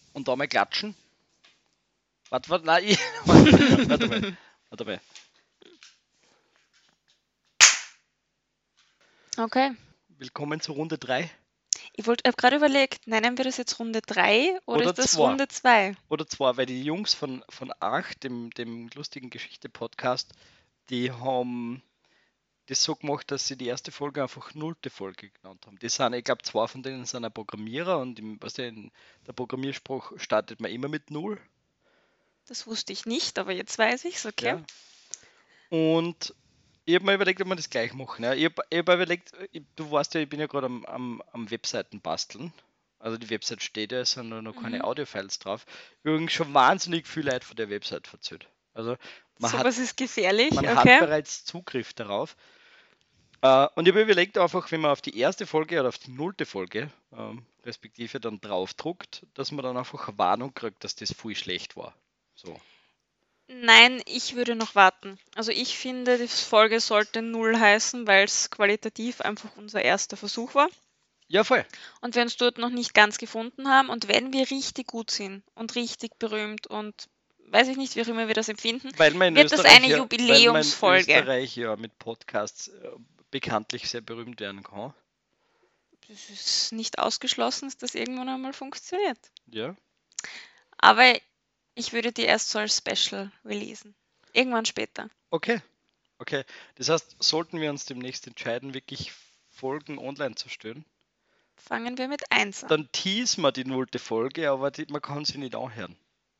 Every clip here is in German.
Und da mal klatschen. Warte, nein, warte mal. Okay. Willkommen zur Runde 3. Ich habe gerade überlegt, nennen wir das jetzt Runde 3 oder Oder ist das 2. Runde 2? Oder 2, weil die Jungs von Arch, dem lustigen Geschichte-Podcast, die haben das so gemacht, dass sie die erste Folge einfach nullte Folge genannt haben. Das sind, ich glaube, 2 von denen sind ein Programmierer und in der Programmierspruch startet man immer mit 0. Das wusste ich nicht, aber jetzt weiß ich es, okay. Ja. Und ich habe mir überlegt, ob wir das gleich machen. Ja. Ich hab überlegt, du weißt ja, ich bin ja gerade am Webseiten basteln. Also die Website steht ja, es sind nur noch keine Audiofiles drauf. Übrigens schon wahnsinnig viel Leute von der Website verzählt. Also man Sowas ist gefährlich, hat okay. bereits Zugriff darauf. Und ich habe überlegt einfach, wenn man auf die erste Folge oder auf die nullte Folge respektive dann draufdruckt, dass man dann einfach eine Warnung kriegt, dass das viel schlecht war. So. Nein, ich würde noch warten. Also ich finde, die Folge sollte 0 heißen, weil es qualitativ einfach unser erster Versuch war. Ja, voll. Und wir uns dort noch nicht ganz gefunden haben und wenn wir richtig gut sind und richtig berühmt und weiß ich nicht, wie auch immer wir das empfinden, Weil man in wird das Österreich eine Jubiläumsfolge. Weil man in Österreich ja mit Podcasts bekanntlich sehr berühmt werden kann. Es ist nicht ausgeschlossen, dass das irgendwann einmal funktioniert. Ja. Aber ich würde die erst so als Special releasen. Irgendwann später. Okay. Das heißt, sollten wir uns demnächst entscheiden, wirklich Folgen online zu stellen, Fangen wir mit 1 an. dann teasen wir die nullte Folge, aber man kann sie nicht anhören.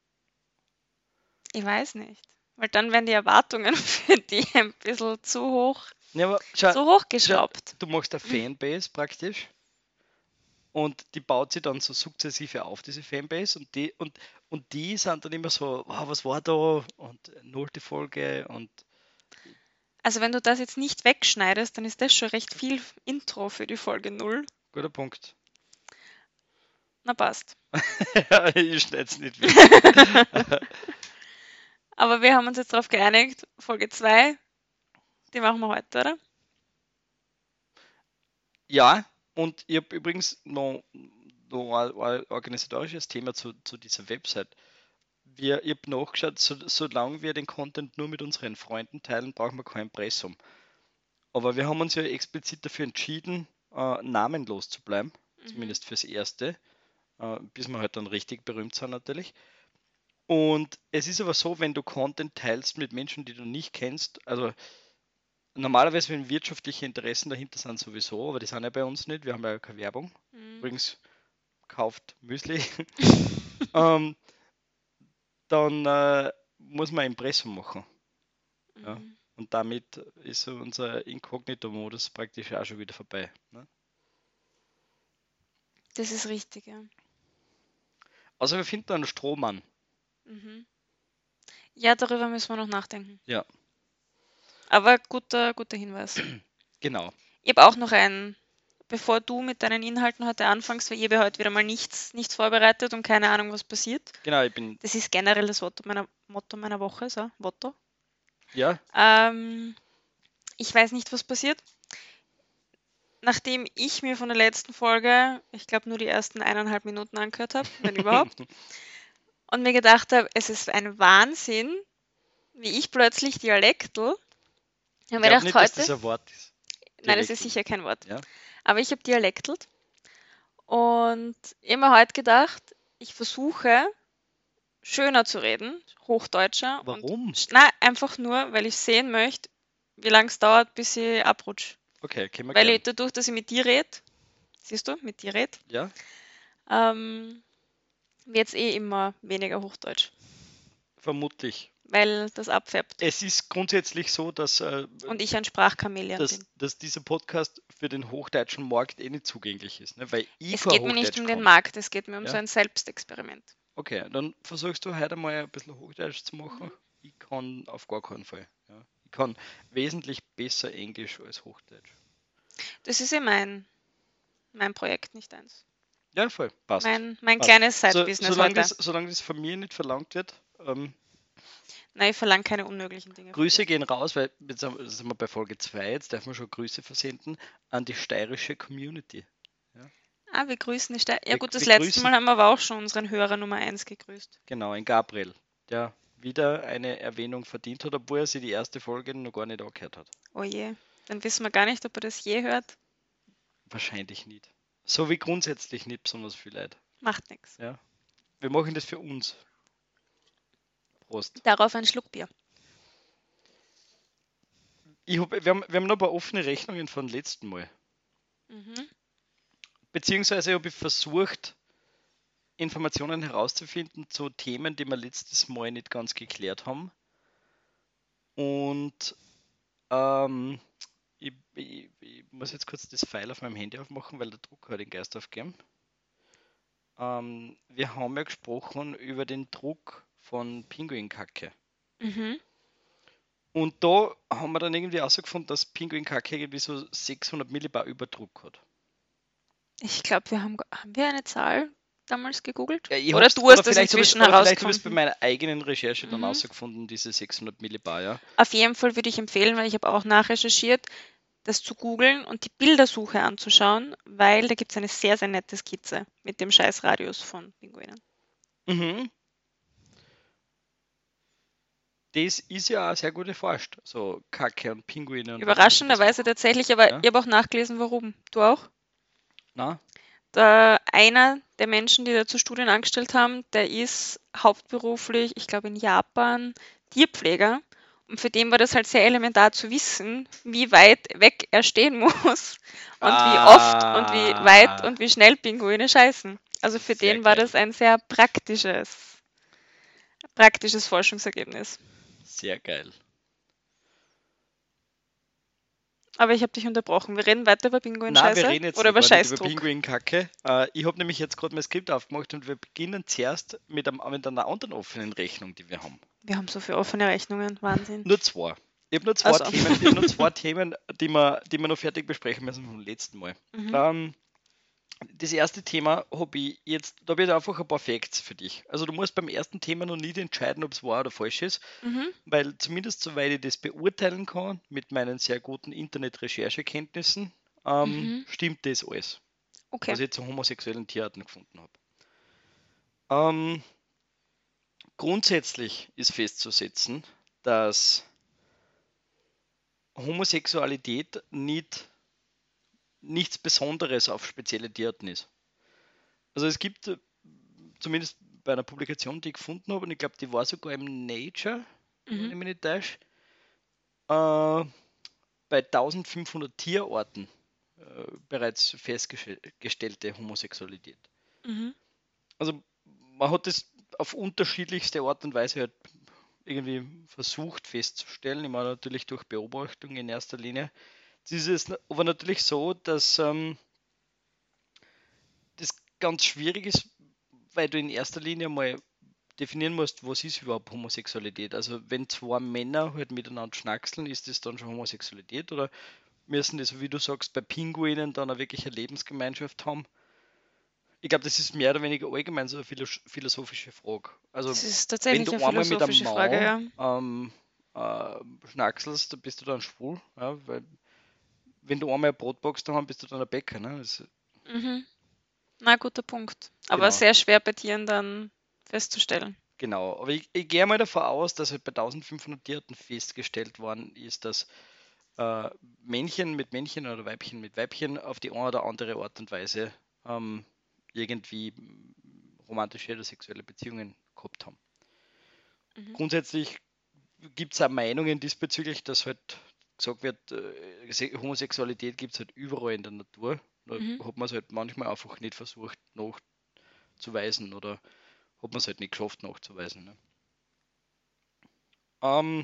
Ich weiß nicht. Weil dann werden die Erwartungen für die ein bisschen zu hoch, Ja, aber schau, zu hoch geschraubt. du machst eine Fanbase praktisch und die baut sich dann so sukzessive auf, diese Fanbase, und die sind dann immer so, wow, was war da und nullte Folge und Also wenn du das jetzt nicht wegschneidest, dann ist das schon recht viel Intro für die Folge 0. guter Punkt. Na passt. Ich schneide es nicht weg. Aber wir haben uns jetzt darauf geeinigt, Folge 2, die machen wir heute, oder? Ja, und ich habe übrigens noch ein organisatorisches Thema zu dieser Website. Ich habe nachgeschaut, solange wir den Content nur mit unseren Freunden teilen, brauchen wir kein Impressum. Aber wir haben uns ja explizit dafür entschieden, namenlos zu bleiben, zumindest fürs Erste, bis wir halt dann richtig berühmt sind natürlich. Und es ist aber so, wenn du Content teilst mit Menschen, die du nicht kennst, also normalerweise, wenn wirtschaftliche Interessen dahinter sind, sowieso, aber die sind ja bei uns nicht, wir haben ja keine Werbung. Übrigens, kauft Müsli. Dann muss man ein Impressum machen. Ja. Und damit ist so unser Inkognito-Modus praktisch auch schon wieder vorbei. Ne? Das ist richtig, ja. Also wir finden einen Strohmann. Ja, darüber müssen wir noch nachdenken. Ja. Aber guter Hinweis. Genau. Ich habe auch noch einen, bevor du mit deinen Inhalten heute anfängst, weil ich habe heute wieder mal nichts vorbereitet und keine Ahnung, was passiert. Genau, Das ist generell das Motto meiner Woche, so, Motto. Ja. Ich weiß nicht, was passiert. Nachdem ich mir von der letzten Folge, ich glaube, nur die ersten 1,5 Minuten angehört habe, wenn überhaupt, und mir gedacht habe, es ist ein Wahnsinn, wie ich plötzlich Dialektel. Ich habe mir gedacht, nicht, heute. dass das ein Wort ist. Nein, das ist sicher kein Wort. Ja. Aber ich habe dialektelt und immer heute gedacht, ich versuche schöner zu reden, hochdeutscher. Warum? Nein, einfach nur, weil ich sehen möchte, wie lange es dauert, bis ich abrutsche. Okay, können wir Weil gern. ich dadurch, dass ich mit dir rede, siehst du, mit dir rede, Ja. wird es immer weniger Hochdeutsch. Vermutlich. Weil das abfärbt. Es ist grundsätzlich so, dass, und ich ein Sprachchameleon bin. Dass dieser Podcast für den hochdeutschen Markt nicht zugänglich ist. Ne? Weil es geht mir nicht um den Markt, es geht mir um so ein Selbstexperiment. Okay, dann versuchst du heute mal ein bisschen Hochdeutsch zu machen. Ich kann auf gar keinen Fall. Ja. Ich kann wesentlich besser Englisch als Hochdeutsch. Das ist ja mein Projekt, nicht eins. Ja, voll, passt. Mein kleines Side-Business heute. Solange das von mir nicht verlangt wird. Nein, ich verlange keine unmöglichen Dinge. Grüße gehen raus, weil jetzt sind wir bei Folge 2, jetzt dürfen wir schon Grüße versenden an die steirische Community. Ja. Ah, wir grüßen die Sterne. Ja gut, das Wir letzte grüßen, Mal haben wir aber auch schon unseren Hörer Nummer 1 gegrüßt. genau, ein Gabriel, der wieder eine Erwähnung verdient hat, obwohl er sich die erste Folge noch gar nicht angehört hat. Oh je, dann wissen wir gar nicht, ob er das je hört. Wahrscheinlich nicht. So wie grundsätzlich nicht besonders viel Leid. Macht nichts. Ja. Wir machen das für uns. Prost. Darauf ein Schluck Bier. Wir haben noch ein paar offene Rechnungen von letzten Mal. Mhm. Beziehungsweise habe ich versucht, Informationen herauszufinden zu Themen, die wir letztes Mal nicht ganz geklärt haben. Und ich muss jetzt kurz das File auf meinem Handy aufmachen, weil der Drucker hat den Geist aufgegeben. Wir haben ja gesprochen über den Druck von Pinguinkacke. Mhm. Und da haben wir dann irgendwie herausgefunden, dass Pinguinkacke irgendwie so 600 Millibar Überdruck hat. Ich glaube, haben wir eine Zahl damals gegoogelt? Ja, ich Oder hab's, du oder hast das vielleicht inzwischen vielleicht habe ich es bei herausgefunden. meiner eigenen Recherche dann Mhm. herausgefunden, diese 600 Millibar, ja. Auf jeden Fall würde ich empfehlen, weil ich habe auch nachrecherchiert, das zu googeln und die Bildersuche anzuschauen, weil da gibt es eine sehr, sehr nette Skizze mit dem Scheißradius von Pinguinen. Mhm. Das ist ja auch sehr gut erforscht. So Kacke und Pinguine und warum sie das Überraschenderweise machen. tatsächlich, aber Ja? ich habe auch nachgelesen, warum. Du auch? Na? Einer der Menschen, die dazu Studien angestellt haben, der ist hauptberuflich, ich glaube in Japan, Tierpfleger. Und für den war das halt sehr elementar zu wissen, wie weit weg er stehen muss und wie oft und wie weit Ah, und wie schnell Pinguine scheißen. Also für sehr den war geil. das ein sehr praktisches Forschungsergebnis. Sehr geil. Aber ich habe dich unterbrochen. Wir reden weiter über Na, wir Pinguinscheiße reden jetzt oder noch über gar nicht über Scheißdruck. Pinguinkacke. Ich habe nämlich jetzt gerade mein Skript aufgemacht und wir beginnen zuerst mit einer anderen offenen Rechnung, die wir haben. Wir haben so viele offene Rechnungen. Wahnsinn. Nur zwei. Ich habe nur zwei Also. Themen, ich hab nur zwei Themen, die wir noch fertig besprechen müssen vom letzten Mal. Mhm. Das erste Thema habe ich jetzt, da habe ich einfach ein paar Facts für dich. Also du musst beim ersten Thema noch nicht entscheiden, ob es wahr oder falsch ist, Mhm. weil zumindest soweit ich das beurteilen kann, mit meinen sehr guten Internet-Recherchekenntnissen, Mhm. stimmt das alles, Okay. was ich zu homosexuellen Tierarten gefunden habe. Ähm, grundsätzlich ist festzusetzen, dass Homosexualität nichts Besonderes auf spezielle Tierarten ist. Also es gibt zumindest bei einer Publikation, die ich gefunden habe, und ich glaube, die war sogar im Nature, wenn Mhm. ich mich nicht täusche, bei 1500 Tierarten bereits festgestellte Homosexualität. Mhm. Also man hat das auf unterschiedlichste Art und Weise halt irgendwie versucht festzustellen, immer natürlich durch Beobachtung in erster Linie. Es ist aber natürlich so, dass das ganz schwierig ist, weil du in erster Linie mal definieren musst, was ist überhaupt Homosexualität. Also wenn zwei Männer halt miteinander schnackseln, ist das dann schon Homosexualität oder müssen die, so wie du sagst, bei Pinguinen dann auch wirklich eine Lebensgemeinschaft haben? Ich glaube, das ist mehr oder weniger allgemein so eine philosophische Frage. Also Das ist wenn tatsächlich du eine einmal mit einem philosophische Frage, Mann ja. schnackselst, dann bist du dann schwul. Ja? Weil wenn du einmal ein Brotbox daheim bist du dann ein Bäcker. Ne? Mhm. Na, guter Punkt. Aber Genau. sehr schwer bei Tieren dann festzustellen. Genau, aber ich gehe mal davon aus, dass halt bei 1500 Tierarten festgestellt worden ist, dass äh, Männchen mit Männchen oder Weibchen mit Weibchen auf die eine oder andere Art und Weise irgendwie romantische oder sexuelle Beziehungen gehabt haben. Mhm. Grundsätzlich gibt es auch Meinungen diesbezüglich, dass halt gesagt wird, Homosexualität gibt es halt überall in der Natur. Da Mhm. hat man es halt manchmal einfach nicht versucht nachzuweisen oder hat man es halt nicht geschafft nachzuweisen. Ne? Ähm,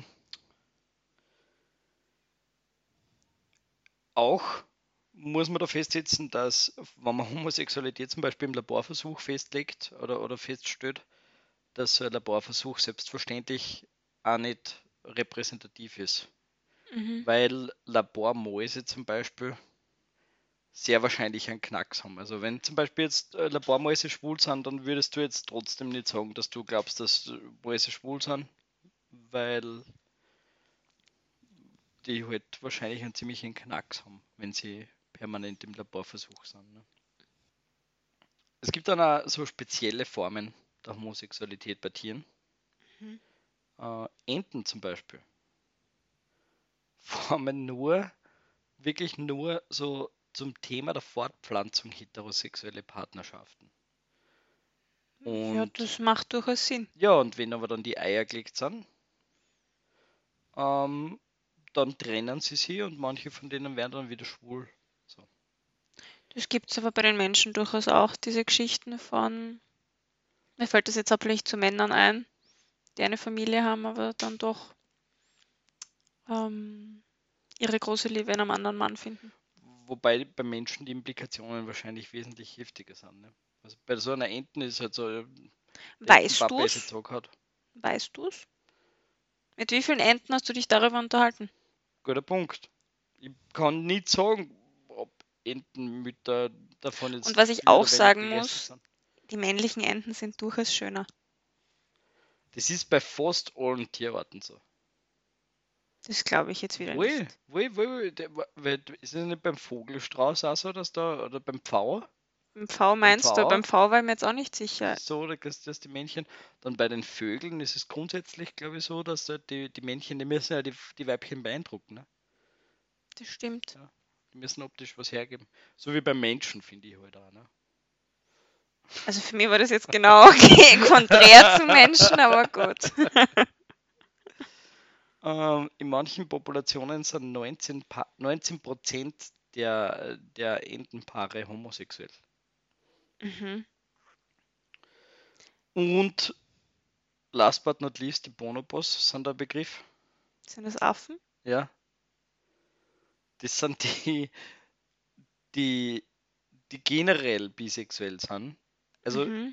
Auch muss man da festsetzen, dass wenn man Homosexualität zum Beispiel im Laborversuch festlegt oder feststellt, dass so ein Laborversuch selbstverständlich auch nicht repräsentativ ist. Mhm. Weil Labormäuse zum Beispiel sehr wahrscheinlich einen Knacks haben. Also wenn zum Beispiel jetzt Labormäuse schwul sind, dann würdest du jetzt trotzdem nicht sagen, dass du glaubst, dass Mäuse schwul sind, weil die halt wahrscheinlich einen ziemlichen Knacks haben, wenn sie permanent im Laborversuch sind. Ne? Es gibt dann auch so spezielle Formen der Homosexualität bei Tieren. Mhm. Enten zum Beispiel formen wirklich nur so zum Thema der Fortpflanzung heterosexuelle Partnerschaften. Ja, Und das macht durchaus Sinn. ja, und wenn aber dann die Eier gelegt sind, ähm, dann trennen sie sich und manche von denen werden dann wieder schwul. So. Das gibt es aber bei den Menschen durchaus auch, diese Geschichten von, mir fällt das jetzt hauptsächlich zu Männern ein, die eine Familie haben, aber dann doch ähm, ihre große Liebe in einem anderen Mann finden. Wobei bei Menschen die Implikationen wahrscheinlich wesentlich heftiger sind. Ne? Also bei so einer Enten ist halt so, der Weißt Entenpapa ist jetzt du's? so hat. Weißt du's? Mit wie vielen Enten hast du dich darüber unterhalten? Guter Punkt. Ich kann nicht sagen, ob Entenmütter davon Und jetzt was ich Bier auch oder wenig sagen begeistert muss, sind. die männlichen Enten sind durchaus schöner. Das ist bei fast allen Tierarten so. Das glaube ich jetzt wieder Wohl, nicht. weil ist es nicht beim Vogelstrauß auch so, dass da, oder beim Pfau? Beim V Beim meinst du? Beim Pfau V war ich mir jetzt auch nicht ist sicher. es so, dass die Männchen, dann bei den Vögeln ist es grundsätzlich, glaube ich, so, dass da die Männchen, die müssen ja die Weibchen beeindrucken, ne? Das stimmt. Ja, die müssen optisch was hergeben. So wie beim Menschen, finde ich halt auch, ne? Also für mich war das jetzt genau okay, konträr zu Menschen, aber gut. In manchen Populationen sind 19% der Entenpaare homosexuell. Mhm. Und last but not least, die Bonobos sind der Begriff. Sind das Affen? Ja, das sind die, die generell bisexuell sind. Also, Mhm.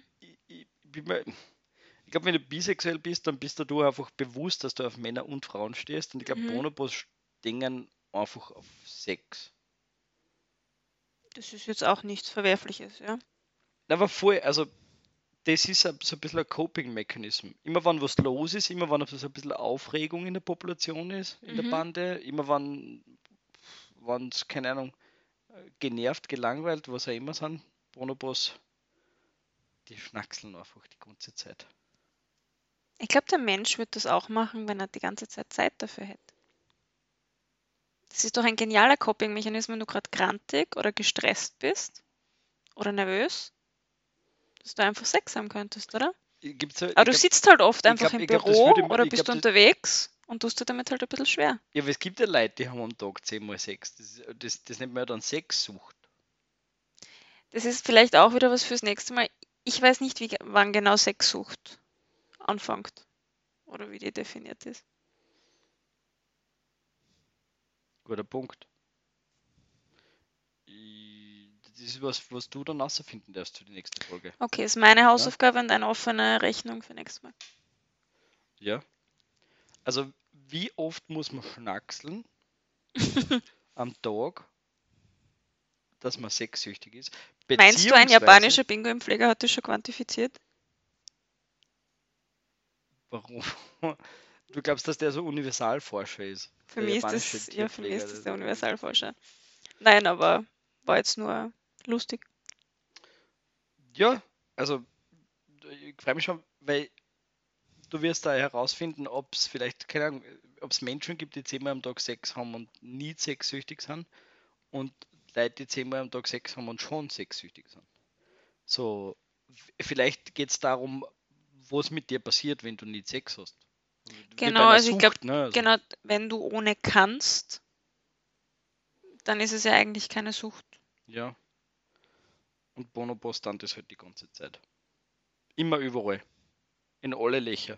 ich glaube, wenn du bisexuell bist, dann bist du einfach bewusst, dass du auf Männer und Frauen stehst. Und ich glaube, Mhm. Bonobos stehen einfach auf Sex. Das ist jetzt auch nichts Verwerfliches, ja. Aber voll, also das ist so ein bisschen ein Coping-Mechanism. Immer wenn was los ist, immer wenn so ein bisschen Aufregung in der Population ist, in der Mhm. Bande, immer wenn es, keine Ahnung, genervt, gelangweilt, was auch immer sind, Bonobos, die schnackseln einfach die ganze Zeit. Ich glaube, der Mensch wird das auch machen, wenn er die ganze Zeit dafür hätte. Das ist doch ein genialer Coping-Mechanismus, wenn du gerade grantig oder gestresst bist oder nervös, dass du einfach Sex haben könntest, oder? Gibt's, Aber du sitzt halt oft ich einfach glaube, im ich glaub, das Büro würde, oder ich bist glaube, unterwegs und tust dir damit halt ein bisschen schwer. ja, aber es gibt ja Leute, die haben am Tag 10 mal Sex. Das nennt man ja dann Sexsucht. Das ist vielleicht auch wieder was fürs nächste Mal. Ich weiß nicht, wann genau Sexsucht anfängt oder wie die definiert ist. Guter Punkt. Das ist was du dann rausfinden darfst für die nächste Folge. Okay, ist meine Ja? Hausaufgabe und eine offene Rechnung für nächstes Mal. Ja. Also, wie oft muss man schnackseln am Tag, dass man sexsüchtig ist? Meinst du, ein Beziehungsweise, japanischer Bingo im Pfleger hat das schon quantifiziert? warum? Du glaubst, dass der so Universalforscher ist? Für Der mich ist japanische das, ja, für mich Tierpfleger. ist das der Universalforscher. Nein, aber war jetzt nur lustig. Ja, also, ich freue mich schon, weil du wirst da herausfinden, ob es vielleicht, keine Ahnung, ob es Menschen gibt, die 10 Mal am Tag Sex haben und nie sexsüchtig sind und Leute, die 10 Mal am Tag Sex haben und schon sexsüchtig sind. So, vielleicht geht es darum, was mit dir passiert, wenn du nie Sex hast. Wie bei Genau, einer also ich glaube, Sucht, ne? Also, genau, wenn du ohne kannst, dann ist es ja eigentlich keine Sucht. ja. Und Bonobos dann das halt die ganze Zeit. Immer überall. In alle Löcher.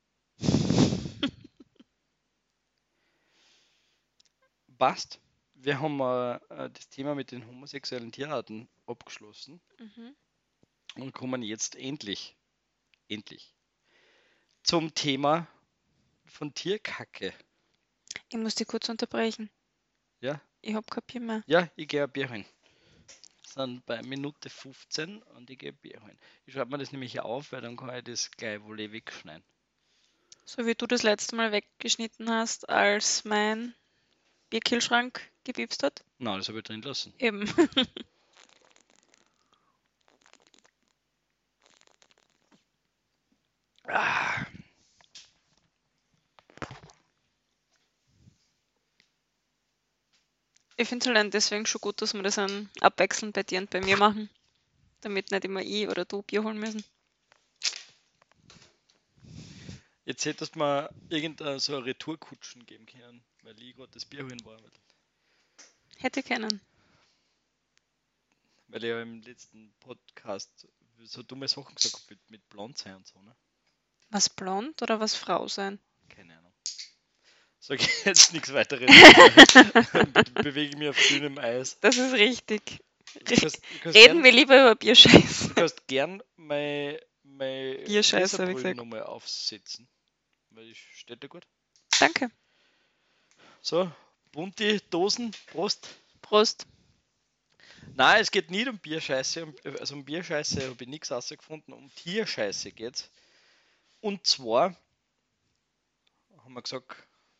Passt. Wir haben das Thema mit den homosexuellen Tierarten abgeschlossen Mhm. und kommen jetzt endlich zum Thema von Tierkacke. Ich muss dich kurz unterbrechen. Ja, Ich habe kein Bier mehr. ja, ich gehe ein Bier holen. Wir sind bei Minute 15 und ich gehe ein Bier holen. Ich schreibe mir das nämlich auf, weil dann kann ich das gleich wohl wegschneiden. So wie du das letzte Mal weggeschnitten hast, als mein Bierkühlschrank gepiepst hat. Nein, das habe ich drin lassen. Eben. Ah, Ich finde es allein deswegen schon gut, dass wir das dann abwechselnd bei dir und bei mir machen, damit nicht immer ich oder du Bier holen müssen. jetzt hättest du mir irgendeine so eine Retourkutschen geben können, weil ich gerade das Bier holen war. Hätte können. Weil ich ja im letzten Podcast so dumme Sachen gesagt habe mit Blond sein und so, ne? Was blond oder was Frau sein? Keine Ahnung. Sag ich jetzt nichts weiteres. Bewege mich auf dünnem Eis. Das ist richtig. Du kannst Reden wir lieber über Bierscheiß. Du kannst gern mein Bierscheiße, habe ich Leserbrille gesagt. nochmal aufsetzen. Weil ich steht da gut. Danke. So, bunte Dosen, Prost. Prost. Nein, es geht nicht um Bierscheiße. Also um Bierscheiße habe ich nichts rausgefunden. Um Tierscheiße geht's. Und zwar haben wir gesagt,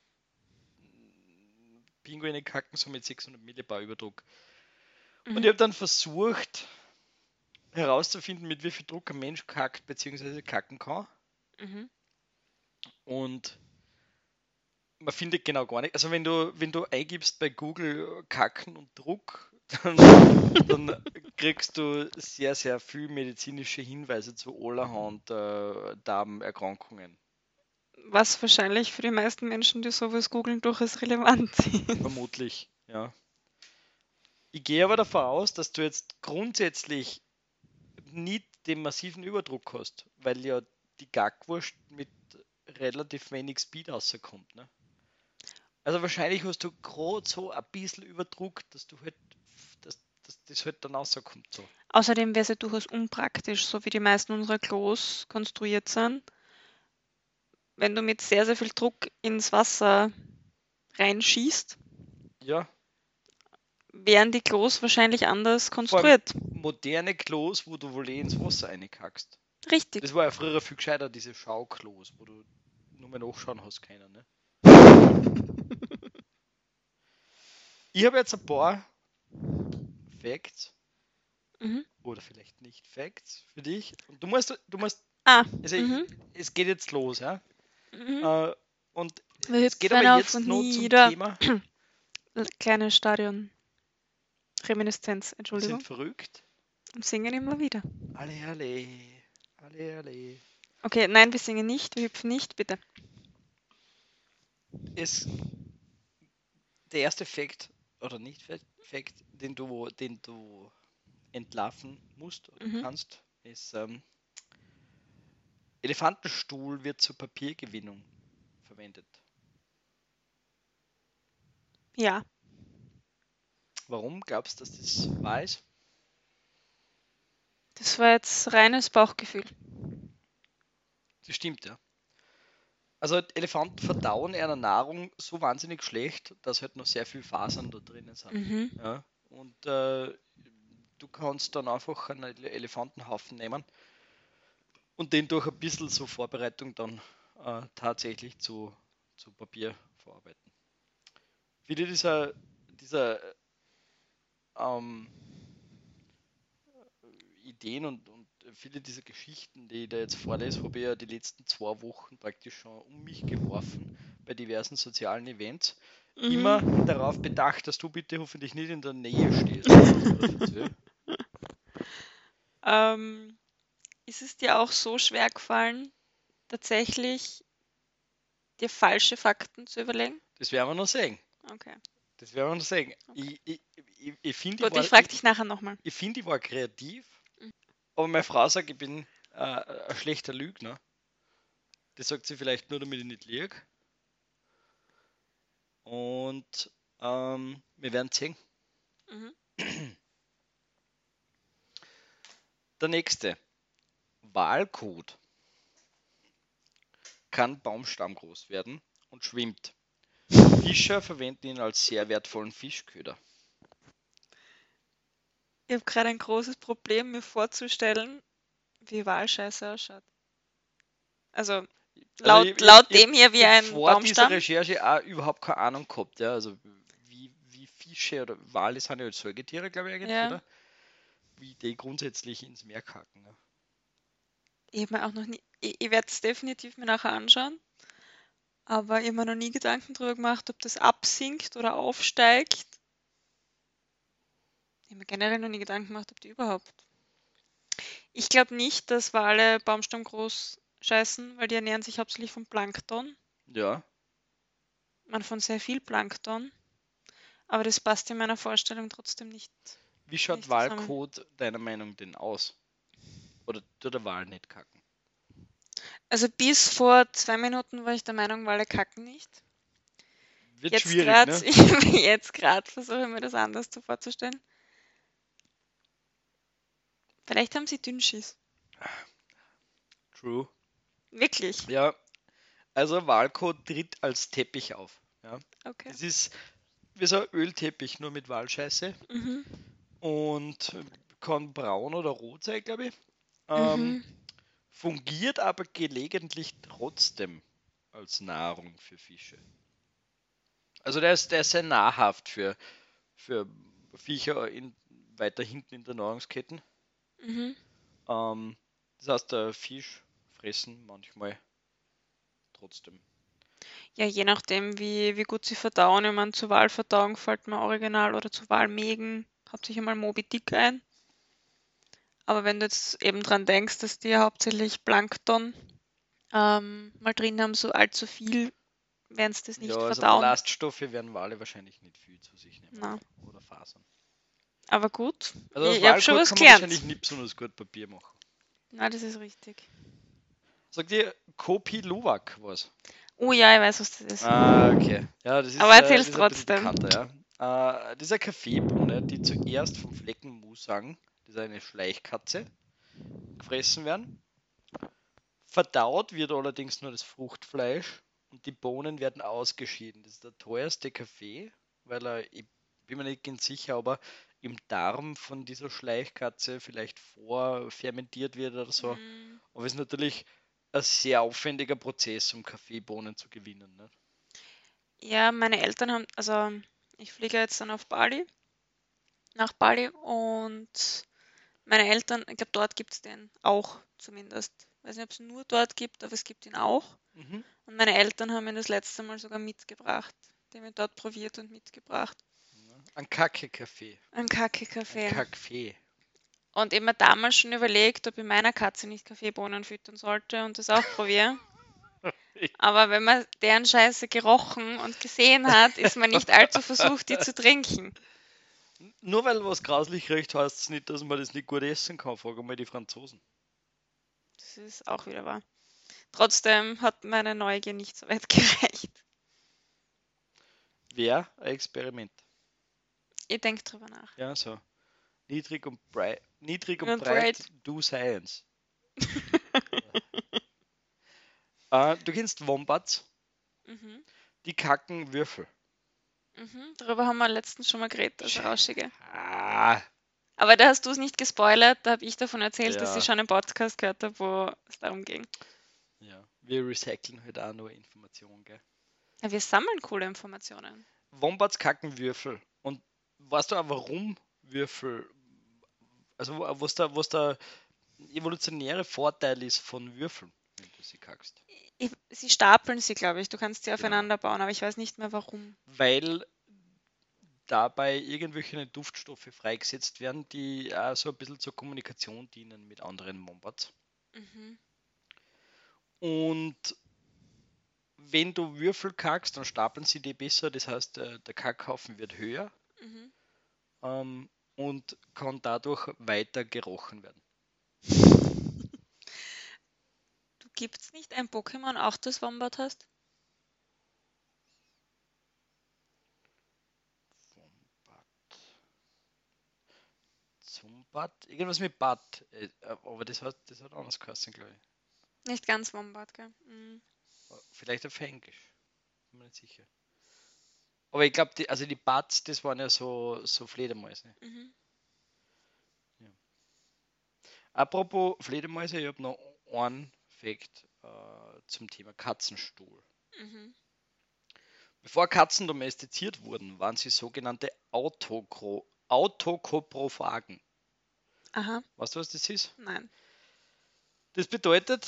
Pinguine kacken so mit 600 Millibar Überdruck. Und ich habe dann versucht herauszufinden, mit wie viel Druck ein Mensch kackt bzw. kacken kann. Mhm. Und man findet genau gar nicht. Also wenn du eingibst bei Google Kacken und Druck, dann kriegst du sehr, sehr viel medizinische Hinweise zu allerhand Darmerkrankungen. Was wahrscheinlich für die meisten Menschen, die sowas googeln, durchaus relevant ist. Vermutlich, ja. Ich gehe aber davon aus, dass du jetzt grundsätzlich nicht den massiven Überdruck hast, weil ja die Gackwurst mit relativ wenig Speed rauskommt. Ne? Also wahrscheinlich hast du gerade so ein bisschen Überdruck, dass du halt, dass das halt dann rauskommt. So. Außerdem wäre es ja durchaus unpraktisch, so wie die meisten unserer Klos konstruiert sind. Wenn du mit sehr, sehr viel Druck ins Wasser reinschießt, Ja, wären die Klos wahrscheinlich anders vor allem konstruiert. moderne Klos, wo du wohl ins Wasser reinkackst. Richtig. Das war ja früher viel gescheiter, diese Schauklos, wo du nur mal nachschauen hast können. Ne? Ich habe jetzt ein paar Facts, Mhm. oder vielleicht nicht Facts für dich. Und du musst, Ah, also es geht jetzt los, ja. mhm. Und Wir es geht hüpfen aber auf jetzt und noch zum nieder. Thema, Kleine Stadion. Reminiszenz, wir Entschuldigung. sind verrückt. Und singen immer wieder. Alle, alle, alle, alle. Okay, nein, wir singen nicht, wir hüpfen nicht, bitte. Der erste Fact, oder nicht Fact, den du entlarven musst oder kannst, ist, Elefantenstuhl wird zur Papiergewinnung verwendet. Ja, Warum glaubst du, dass das wahr ist? das war jetzt reines Bauchgefühl. Das stimmt, ja. Also Elefanten verdauen ihre Nahrung so wahnsinnig schlecht, dass halt noch sehr viel Fasern da drinnen sind. Mhm. Ja? Und du kannst dann einfach einen Elefantenhaufen nehmen und den durch ein bisschen so Vorbereitung dann tatsächlich zu Papier verarbeiten. Viele dieser ähm, Ideen und viele dieser Geschichten, die ich da jetzt vorlese, habe ich ja die letzten 2 Wochen praktisch schon um mich geworfen bei diversen sozialen Events. Immer darauf bedacht, dass du bitte hoffentlich nicht in der Nähe stehst. Ist es dir auch so schwer gefallen, tatsächlich dir falsche Fakten zu überlegen? Das werden wir noch sehen. Okay. Das werden wir noch sehen. Okay. Ich finde, Gut, ich frage dich nachher nochmal. ich finde, ich war kreativ, aber meine Frau sagt, ich bin ein schlechter Lügner. Das sagt sie vielleicht nur, damit ich nicht lüge. Und wir werden sehen. Mhm. Der nächste. Walkot kann baumstammgroß werden und schwimmt. Fischer verwenden ihn als sehr wertvollen Fischköder. Ich habe gerade ein großes Problem, mir vorzustellen, wie Walscheiße ausschaut. Also laut dem hier wie ein vor dieser Baumstamm. Recherche auch überhaupt keine Ahnung gehabt. Ja? Also wie Fische oder Wale sind ja Säugetiere, glaube ich eigentlich, Ja. oder? Wie die grundsätzlich ins Meer kacken. Ja? Ich habe mir auch noch nie, ich werde es definitiv mir nachher anschauen, aber ich habe mir noch nie Gedanken darüber gemacht, ob das absinkt oder aufsteigt. Ich habe mir generell noch nie Gedanken gemacht, ob die überhaupt. Ich glaube nicht, dass Wale Baumstamm groß scheißen, weil die ernähren sich hauptsächlich von Plankton. Ja. Man von sehr viel Plankton. Aber das passt in meiner Vorstellung trotzdem nicht, Wie schaut nicht zusammen. Wahlcode deiner Meinung denn aus? Oder tut der Wal nicht kacken? Also bis vor 2 Minuten war ich der Meinung, Wale kacken nicht. Wird Jetzt schwierig, gerade, ne? jetzt gerade versuche ich mir das anders zu vorzustellen. Vielleicht haben sie Dünnschiss. True. Wirklich. Ja, also Wahlcode tritt als Teppich auf. Ja. Okay. Das ist wie so ein Ölteppich, nur mit Walscheiße. Mhm. Und kann braun oder rot sein, glaube ich. Ähm, Mhm. fungiert aber gelegentlich trotzdem als Nahrung für Fische. Also der ist sehr nahrhaft für Viecher weiter hinten in der Nahrungskette. Mhm. Ähm, das heißt, der Fisch fressen manchmal trotzdem. Ja, je nachdem, wie gut sie verdauen. Ich meine, zur Walverdauung fällt mir Original oder zu Walmägen hauptsächlich einmal Moby Dick ein. Aber wenn du jetzt eben dran denkst, dass die hauptsächlich Plankton mal drin haben, so allzu viel, werden sie das Ja, nicht also verdauen. Ballaststoffe werden Wale wahrscheinlich nicht viel zu sich nehmen. Na, Oder Fasern. aber gut. Also aus Ich habe schon Walcode was kann man gelernt. wahrscheinlich nicht besonders gut Papier machen. Na, das ist richtig. Sagt ihr Kopi Luwak was? Oh ja, ich weiß, was das ist. Ah, okay. Ja, Aber das erzähl's ist ein bisschen trotzdem. bekannter, ja. Das ist eine Kaffeebohne, die zuerst vom Fleckenmusang, das ist eine Schleichkatze, gefressen werden. Verdaut wird allerdings nur das Fruchtfleisch und die Bohnen werden ausgeschieden. Das ist der teuerste Kaffee, weil ich bin mir nicht ganz sicher, aber im Darm von dieser Schleichkatze vielleicht vorfermentiert wird oder so. Mm, Aber es ist natürlich ein sehr aufwendiger Prozess, um Kaffeebohnen zu gewinnen. Ne? ja, meine Eltern haben, also ich fliege jetzt dann auf Bali, nach Bali und meine Eltern, ich glaube, dort gibt es den auch zumindest. Ich weiß nicht, ob es nur dort gibt, aber es gibt ihn auch. Mhm. Und meine Eltern haben ihn das letzte Mal sogar mitgebracht. Die haben ihn dort probiert und mitgebracht. Ja. Ein Kacke-Kaffee. Ein Ein Kacke-Kaffee. Kackfee. Und ich mir damals schon überlegt, ob ich meiner Katze nicht Kaffeebohnen füttern sollte und das auch probiere. Aber wenn man deren Scheiße gerochen und gesehen hat, ist man nicht allzu versucht, die zu trinken. Nur weil was grauslich riecht, heißt es nicht, dass man das nicht gut essen kann. Frag mal die Franzosen. Das ist auch wieder wahr. Trotzdem hat meine Neugier nicht so weit gereicht. Wäre ein Experiment. Ich denke drüber nach. Ja, so. Niedrig und Und breit, Braid. do Science. Du kennst Wombats, Mhm. die kacken Würfel. Mhm. Darüber haben wir letztens schon mal geredet, also Rauschige. Ah, Aber da hast du es nicht gespoilert, da habe ich davon erzählt, dass ich ja, schon einen Podcast gehört habe, wo es darum ging. ja. Wir recyceln halt auch nur Informationen, gell? Ja, wir sammeln coole Informationen. Wombats kacken Würfel. Und weißt du auch, warum Würfel, also was der evolutionäre Vorteil ist von Würfeln, wenn du sie kackst? Sie stapeln sie, glaube ich. Du kannst sie Genau. aufeinander bauen, aber ich weiß nicht mehr warum. Weil dabei irgendwelche Duftstoffe freigesetzt werden, die auch so ein bisschen zur Kommunikation dienen mit anderen Wombats. Mhm. Und wenn du Würfel kackst, dann stapeln sie die besser, das heißt, der Kackhaufen wird höher Mhm. und kann dadurch weiter gerochen werden. Du gibt's nicht ein Pokémon, auch das Wombat hast? Wombat. Zumbat? Irgendwas mit Bad. Aber das hat anders geheißen, glaube ich. Nicht ganz Wombat, gell? Mhm. Vielleicht auf Englisch. Bin mir nicht sicher. Aber ich glaube, die Bats, das waren ja so Fledermäuse. Mhm. Ja. Apropos Fledermäuse, ich habe noch einen Fakt zum Thema Katzenstuhl. Mhm. Bevor Katzen domestiziert wurden, waren sie sogenannte Autokoprophagen. Aha, Weißt du, was das ist? nein. Das bedeutet,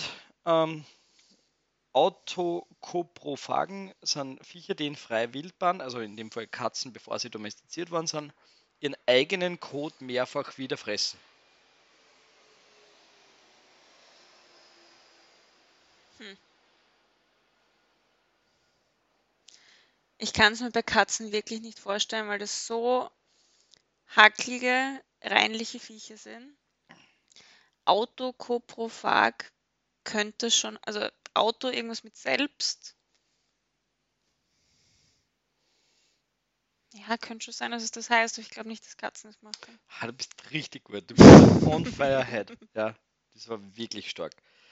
Autokoprophagen sind Viecher, die in freier Wildbahn, also in dem Fall Katzen, bevor sie domestiziert worden sind, ihren eigenen Kot mehrfach wieder fressen. Hm. Ich kann es mir bei Katzen wirklich nicht vorstellen, weil das so hacklige, reinliche Viecher sind. Autokoprophag könnte schon, also Auto irgendwas mit selbst. Ja, könnte schon sein, dass es das heißt, aber ich glaube nicht, dass Katzen das machen. Du bist richtig gut. Du bist on fire head. Ja, das war wirklich stark.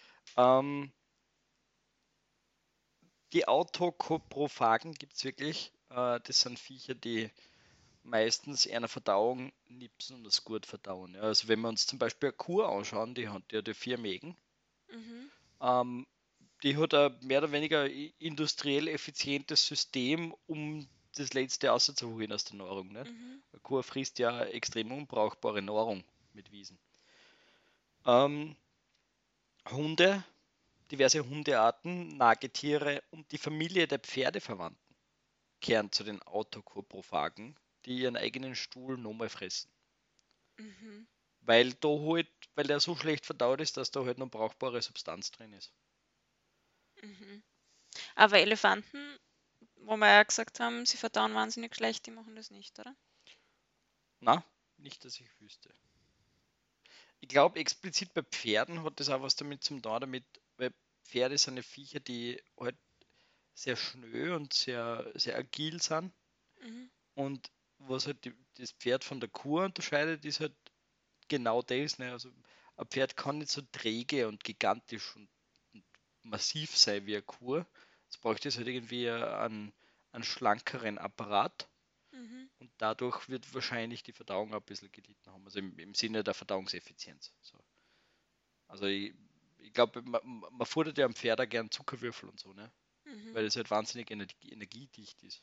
Die Autokoprophagen gibt es wirklich. Das sind Viecher, die meistens einer Verdauung nipsen und das gut verdauen. Ja, also wenn wir uns zum Beispiel eine Kuh anschauen, die hat ja die 4 Mägen. Mhm. Ähm, Die hat ein mehr oder weniger industriell effizientes System, um das Letzte rauszuholen aus der Nahrung. Nicht? Mhm. Eine Kuh frisst ja extrem unbrauchbare Nahrung mit Wiesen. Ähm, Hunde, diverse Hundearten, Nagetiere und die Familie der Pferdeverwandten kehren zu den Autokoprophagen, die ihren eigenen Stuhl nochmal fressen. Mhm. Weil der so schlecht verdaut ist, dass da halt noch brauchbare Substanz drin ist. Mhm. Aber Elefanten, wo wir ja gesagt haben, sie verdauen wahnsinnig schlecht, die machen das nicht, oder? Na, nicht, dass ich wüsste. Ich glaube, explizit bei Pferden hat das auch was damit zu tun, weil Pferde sind ja Viecher, die halt sehr schnell und sehr agil sind. Mhm. Und was halt das Pferd von der Kuh unterscheidet, ist halt genau das. Ne? Also ein Pferd kann nicht so träge und gigantisch und massiv sein wie eine Kuh. Es braucht es halt irgendwie einen schlankeren Apparat. Mhm. Und dadurch wird wahrscheinlich die Verdauung auch ein bisschen gelitten haben. Also im Sinne der Verdauungseffizienz. So. Also ich glaube, man futtert ja am Pferd auch gern Zuckerwürfel und so, ne? Mhm. Weil es halt wahnsinnig energiedicht ist.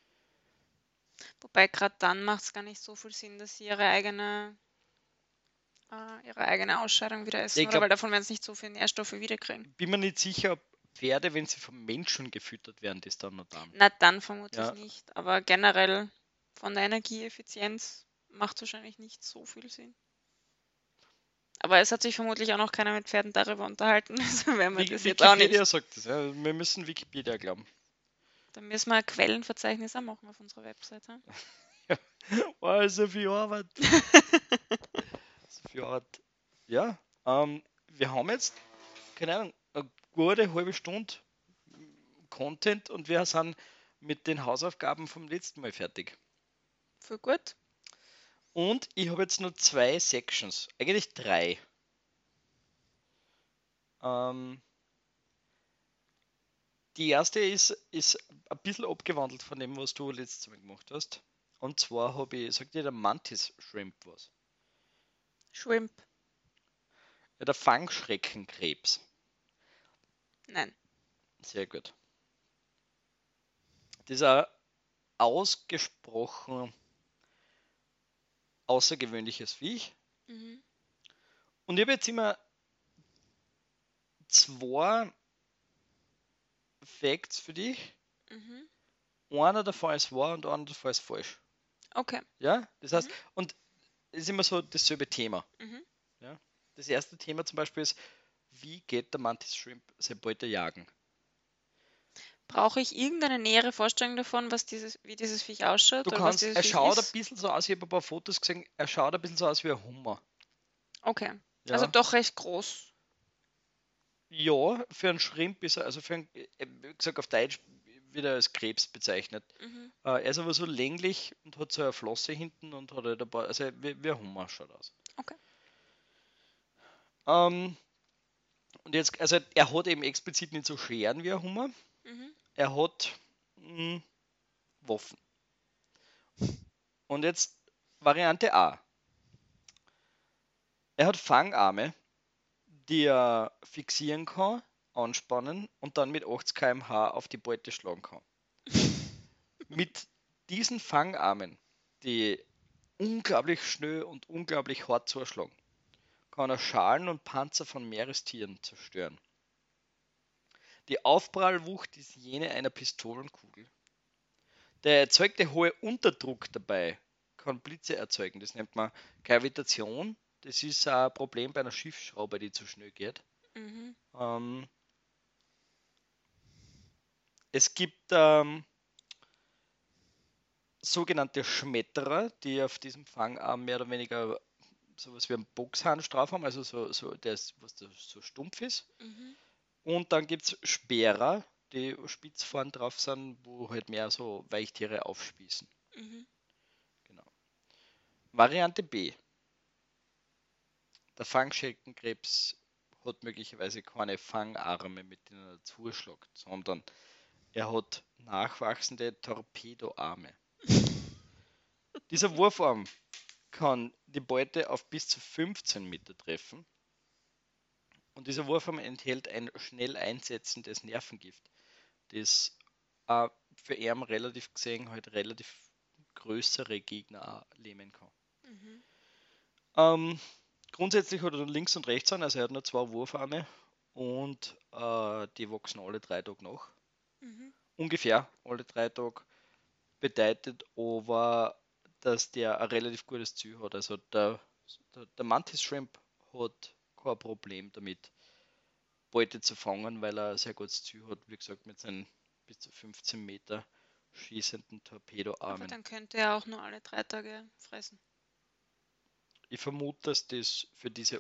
Wobei gerade dann macht es gar nicht so viel Sinn, dass sie ihre eigene Ausscheidung wieder Ja, essen, ich oder? glaube, Weil davon werden sie nicht so viele Nährstoffe wiederkriegen. bin mir nicht sicher, ob Pferde, wenn sie vom Menschen gefüttert werden, das dann noch dann. Na, dann vermutlich Ja, nicht. Aber generell von der Energieeffizienz macht es wahrscheinlich nicht so viel Sinn. Aber es hat sich vermutlich auch noch keiner mit Pferden darüber unterhalten. Also werden wir das jetzt auch Wikipedia nicht. sagt das. Ja. Wir müssen Wikipedia glauben. Dann müssen wir ein Quellenverzeichnis auch machen auf unserer Webseite. Oh, so viel Arbeit. So viel Arbeit. Ja, wir haben jetzt, keine Ahnung, eine gute halbe Stunde Content und wir sind mit den Hausaufgaben vom letzten Mal fertig. Voll gut. Und ich habe jetzt nur 2 Sections, eigentlich 3. Ähm, die erste ist ein bisschen abgewandelt von dem, was du letztes Mal gemacht hast. Und zwar sagt dir der Mantis Shrimp was? Shrimp. Ja, der Fangschreckenkrebs. Nein. Sehr gut. Das ist ein ausgesprochen außergewöhnliches Viech. Mhm. Und ich habe jetzt immer 2 Facts für dich. Mhm. Einer davon ist wahr und einer davon ist falsch. Okay. Ja, das heißt, Mhm. und es ist immer so dasselbe Thema. Mhm. Ja? Das erste Thema zum Beispiel ist, wie geht der Mantis Shrimp sein Beute jagen? Brauche ich irgendeine nähere Vorstellung davon, wie dieses Viech ausschaut Du oder was kannst, dieses er Viech schaut ein ist? bisschen so aus, ich habe ein paar Fotos gesehen, er schaut ein bisschen so aus wie ein Hummer. Okay. Also Ja, doch recht groß. ja, für einen Shrimp ist er, also für einen, wie gesagt, auf Deutsch wird er als Krebs bezeichnet. Mhm. Er ist aber so länglich und hat so eine Flosse hinten und hat halt ein paar, also wie ein Hummer schaut aus. Okay. Ähm, und jetzt, also er hat eben explizit nicht so Scheren wie ein Hummer. Mhm. Er hat Waffen. Und jetzt Variante A. Er hat Fangarme, die er fixieren kann, anspannen und dann mit 80 km/h auf die Beute schlagen kann. Mit diesen Fangarmen, die unglaublich schnell und unglaublich hart zuschlagen, kann er Schalen und Panzer von Meerestieren zerstören. Die Aufprallwucht ist jene einer Pistolenkugel. Der erzeugte hohe Unterdruck dabei kann Blitze erzeugen. Das nennt man Gravitation. Das ist ein Problem bei einer Schiffsschraube, die zu schnell geht. Mhm. Es gibt sogenannte Schmetterer, die auf diesem Fangarm mehr oder weniger sowas wie einen Boxhand drauf haben, also so das, was da so stumpf ist. Mhm. Und dann gibt es Speerer, die spitz vorn drauf sind, wo halt mehr so Weichtiere aufspießen. Mhm. Genau. Variante B. Der Fangschreckenkrebs hat möglicherweise keine Fangarme, mit denen er zuschlägt, sondern er hat nachwachsende Torpedoarme. Dieser Wurfarm kann die Beute auf bis zu 15 Meter treffen und dieser Wurfarm enthält ein schnell einsetzendes Nervengift, das für ihn relativ gesehen halt relativ größere Gegner auch lähmen kann. Mhm. Grundsätzlich hat er links und rechts an, also er hat nur 2 Wurfarme und die wachsen alle 3 Tage nach. Mhm. Ungefähr alle 3 Tage. Bedeutet aber, dass der ein relativ gutes Ziel hat. Also der Mantis Shrimp hat kein Problem damit, Beute zu fangen, weil er ein sehr gutes Ziel hat, wie gesagt, mit seinen bis zu 15 Meter schießenden Aber Torpedoarmen. dann könnte er auch nur alle 3 Tage fressen. Ich vermute, dass das für diese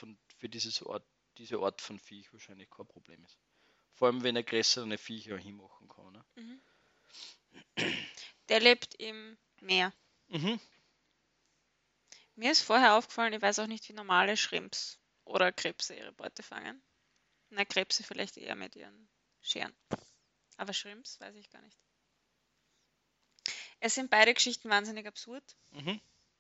Art von Viech wahrscheinlich kein Problem ist. Vor allem, wenn er größere Viecher hinmachen kann. Ne? Mhm. Der lebt im Meer. Mhm. Mir ist vorher aufgefallen, ich weiß auch nicht, wie normale Shrimps oder Krebse ihre Beute fangen. Na, Krebse vielleicht eher mit ihren Scheren. Aber Shrimps weiß ich gar nicht. Es sind beide Geschichten wahnsinnig absurd. Mhm.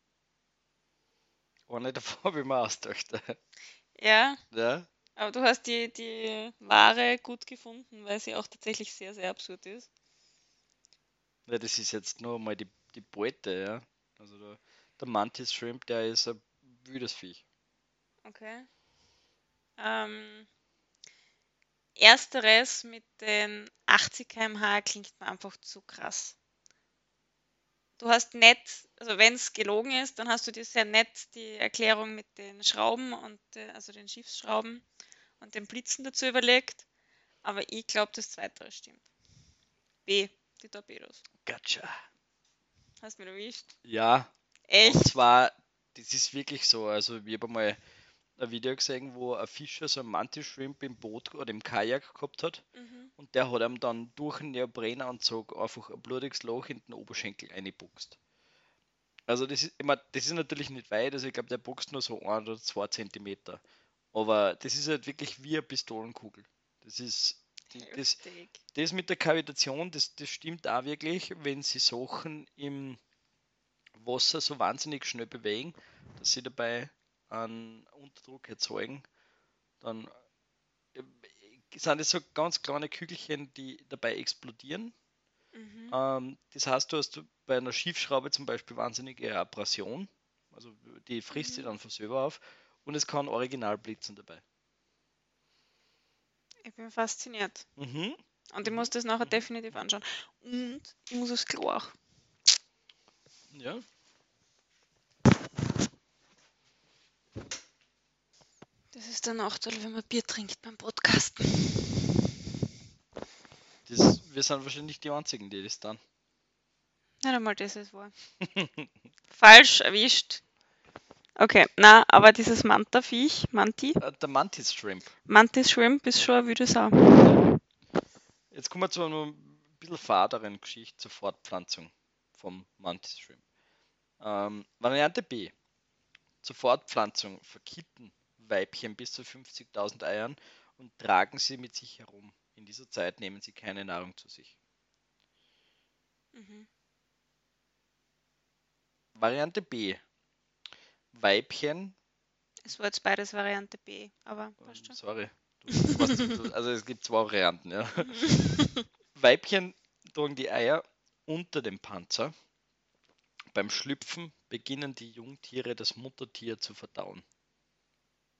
Eine davon habe ich mir ausgedacht. Ja, Ja? aber du hast die Ware gut gefunden, weil sie auch tatsächlich sehr, sehr absurd ist. Ja, das ist jetzt nur mal die Beute, ja. Also der Mantis Shrimp, der ist ein wildes Viech. Okay. Ähm, Ersteres mit den 80 km/h klingt mir einfach zu krass. Du hast nett, also wenn es gelogen ist, dann hast du dir sehr nett die Erklärung mit den Schrauben und also den Schiffsschrauben und den Blitzen dazu überlegt. Aber ich glaube, das Zweite stimmt. B, die Torpedos. Gotcha. Hast du mich erwischt? Ja, und Echt? zwar, das ist wirklich so. Also, ich habe mal ein Video gesehen, wo ein Fischer so einen Mantis Shrimp im Boot oder im Kajak gehabt hat. Mhm. Und der hat ihm dann durch den Neoprenanzug einfach ein blutiges Loch in den Oberschenkel eingebuchst. Also das ist, ich mein, das ist natürlich nicht weit, also ich glaube, der boxt nur so 1 oder 2 Zentimeter. Aber das ist halt wirklich wie eine Pistolenkugel. Das ist, das, Heftig. das mit der Kavitation, das stimmt auch wirklich, wenn sie Sachen im Wasser so wahnsinnig schnell bewegen, dass sie dabei einen Unterdruck erzeugen, dann äh, sind es so ganz kleine Kügelchen, die dabei explodieren. Mhm. Das heißt, du hast bei einer Schiffsschraube zum Beispiel wahnsinnige Abrasion, also die frisst sie Mhm. dann von selber auf und es kann original blitzen dabei. Ich bin fasziniert. Mhm, Und ich muss mhm, das nachher mhm. definitiv anschauen. Und ich muss aufs Klo auch. Ja, Das ist der Nachteil, wenn man Bier trinkt beim Podcasten. wir sind wahrscheinlich die Einzigen, die das dann. Nicht einmal das ist wahr. Falsch erwischt. Okay, na, aber dieses Manta-Viech, Manti, Der Mantis Shrimp. Mantis Shrimp ist schon eine wilde Sau. Ja. Jetzt kommen wir zu einer ein bisschen faderen Geschichte zur Fortpflanzung vom Mantis Shrimp. Variante B. Zur Fortpflanzung verkitten Weibchen bis zu 50.000 Eiern und tragen sie mit sich herum. In dieser Zeit nehmen sie keine Nahrung zu sich. Mhm. Variante B. Weibchen, Es war jetzt beides Variante B, aber passt schon. sorry, also es gibt 2 Varianten. Ja. Mhm. Weibchen tragen die Eier unter dem Panzer. Beim Schlüpfen beginnen die Jungtiere das Muttertier zu verdauen.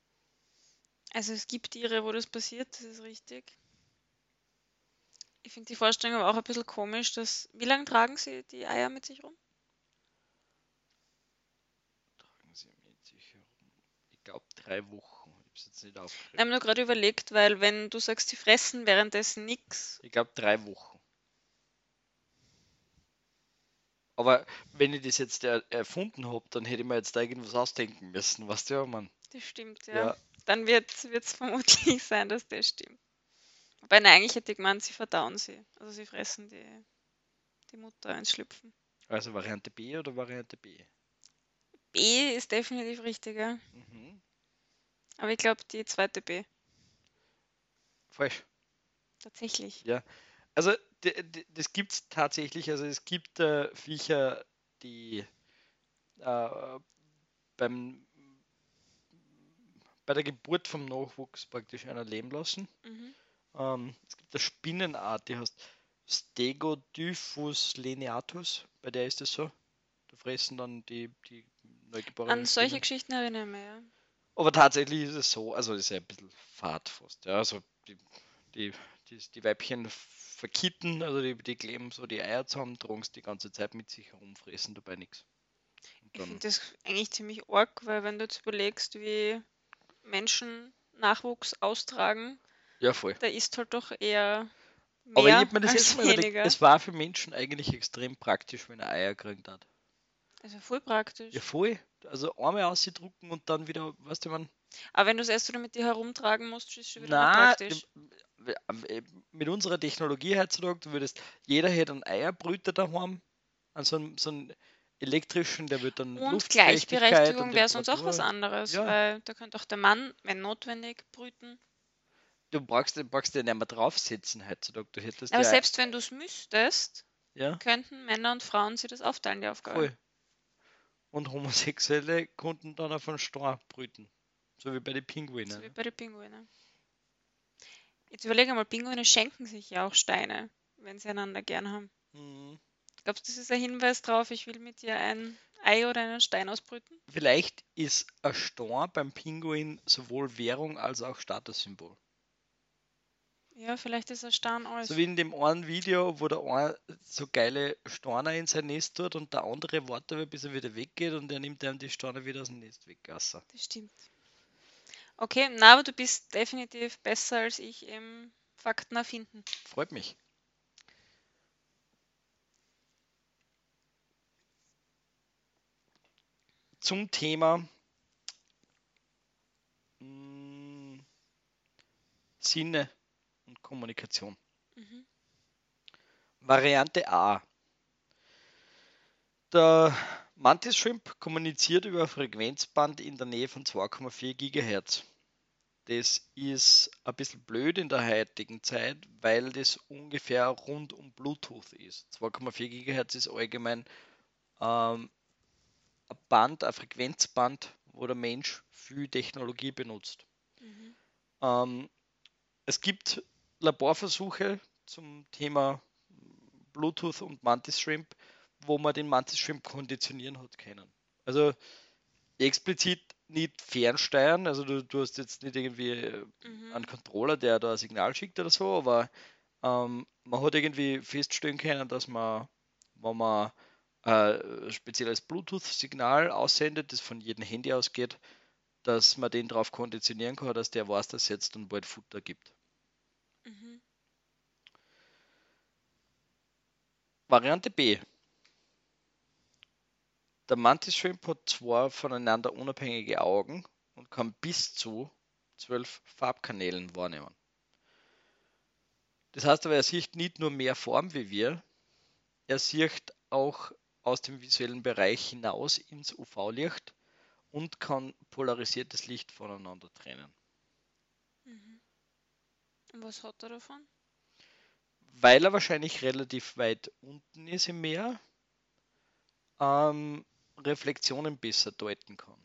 Also es gibt Tiere, wo das passiert, das ist richtig. Ich finde die Vorstellung aber auch ein bisschen komisch, dass. Wie lange tragen sie die Eier mit sich rum? Tragen sie mit sich herum. Ich glaube 3 Wochen. Ich habe es jetzt nicht Ich aufgeschrieben. habe nur gerade überlegt, weil wenn du sagst, sie fressen währenddessen nichts. Ich glaube 3 Wochen. Aber wenn ich das jetzt erfunden habe, dann hätte ich mir jetzt da irgendwas ausdenken müssen, weißt du, ja, Mann. Das stimmt, ja. Ja, Dann wird es vermutlich sein, dass das stimmt. Wobei, nein, eigentlich hätte ich gemeint, sie verdauen sie. Also sie fressen die Mutter ins Schlüpfen. also Variante B oder Variante B? B ist definitiv richtiger. Mhm. Aber ich glaube, die zweite B. Falsch. Tatsächlich. Ja. Also das gibt es tatsächlich. Also es gibt Viecher, die äh, beim, bei der Geburt vom Nachwuchs praktisch einer leben lassen. Mhm. Es gibt eine Spinnenart, die heißt Stegotyphus lineatus. Bei der ist es so. Da fressen dann die neugeborenen An solche Spinnen. Geschichten erinnere ich mich, ja. Aber tatsächlich ist es so, also ist ja ein bisschen fad fast. Ja, also die, die Weibchen verkitten, also die kleben so die Eier zusammen, tragen es die ganze Zeit mit sich herum, fressen dabei nichts. Und Ich dann, finde das eigentlich ziemlich arg, weil wenn du jetzt überlegst, wie Menschen Nachwuchs austragen, ja voll. da ist halt doch eher Aber ich mehr habe mir das jetzt als mal überlegt, weniger. es war für Menschen eigentlich extrem praktisch, wenn er Eier gekriegt hat. Also voll Ja, praktisch. voll. Also einmal ausdrucken und dann wieder, weißt du, man, Aber wenn du es erst wieder mit dir herumtragen musst, ist es schon wieder nicht na, praktisch. mit unserer Technologie heutzutage, du würdest, jeder hätte einen Eierbrüter daheim, an so einen elektrischen, der wird dann Und Luftfeuchtigkeit und Gleichberechtigung wäre sonst auch was Temperatur. anderes, Ja, weil da könnte auch der Mann, wenn notwendig, brüten. du brauchst ja nicht mehr draufsetzen heutzutage. Du hättest Aber ja, selbst wenn du es müsstest, ja, könnten Männer und Frauen sich das aufteilen, die Aufgabe. voll. Und Homosexuelle konnten dann auf einen Star brüten. So wie bei den So wie Pinguinen. bei den Pinguinen. Jetzt überlege mal, Pinguine schenken sich ja auch Steine, wenn sie einander gern haben. Mhm. Glaubst du, das ist ein Hinweis drauf, ich will mit dir ein Ei oder einen Stein ausbrüten? Vielleicht ist ein Star beim Pinguin sowohl Währung als auch Statussymbol. Ja, vielleicht ist ein Stein So alles. wie in dem einen Video, wo der eine so geile Steine in sein Nest tut und der andere wartet, bis er wieder weggeht und er nimmt dann die Steine wieder aus dem Nest weg. Also, Das stimmt. Okay, na, aber du bist definitiv besser als ich im Fakten erfinden. freut mich. Zum Thema mh, Sinne und Kommunikation. Mhm. Variante A. Der Mantis Shrimp kommuniziert über ein Frequenzband in der Nähe von 2,4 GHz. Das ist ein bisschen blöd in der heutigen Zeit, weil das ungefähr rund um Bluetooth ist. 2,4 GHz ist allgemein ein Band, ein Frequenzband, wo der Mensch viel Technologie benutzt. Mhm. Ähm, Es gibt Laborversuche zum Thema Bluetooth und Mantis Shrimp, wo man den Mantis Shrimp konditionieren hat können. Also explizit nicht fernsteuern, also du hast jetzt nicht irgendwie einen Mhm. Controller, der da ein Signal schickt oder so, aber man hat irgendwie feststellen können, dass man, wenn man ein spezielles Bluetooth-Signal aussendet, das von jedem Handy ausgeht, dass man den darauf konditionieren kann, dass der weiß, dass es jetzt dann bald Futter gibt. Mhm. Variante B. Der Mantis Shrimp hat zwei voneinander unabhängige Augen und kann bis zu 12 Farbkanälen wahrnehmen. Das heißt aber, er sieht nicht nur mehr Form wie wir, er sieht auch aus dem visuellen Bereich hinaus ins UV-Licht und kann polarisiertes Licht voneinander trennen. Mhm. Und was hat er davon? Weil er wahrscheinlich relativ weit unten ist im Meer, Reflexionen besser deuten kann.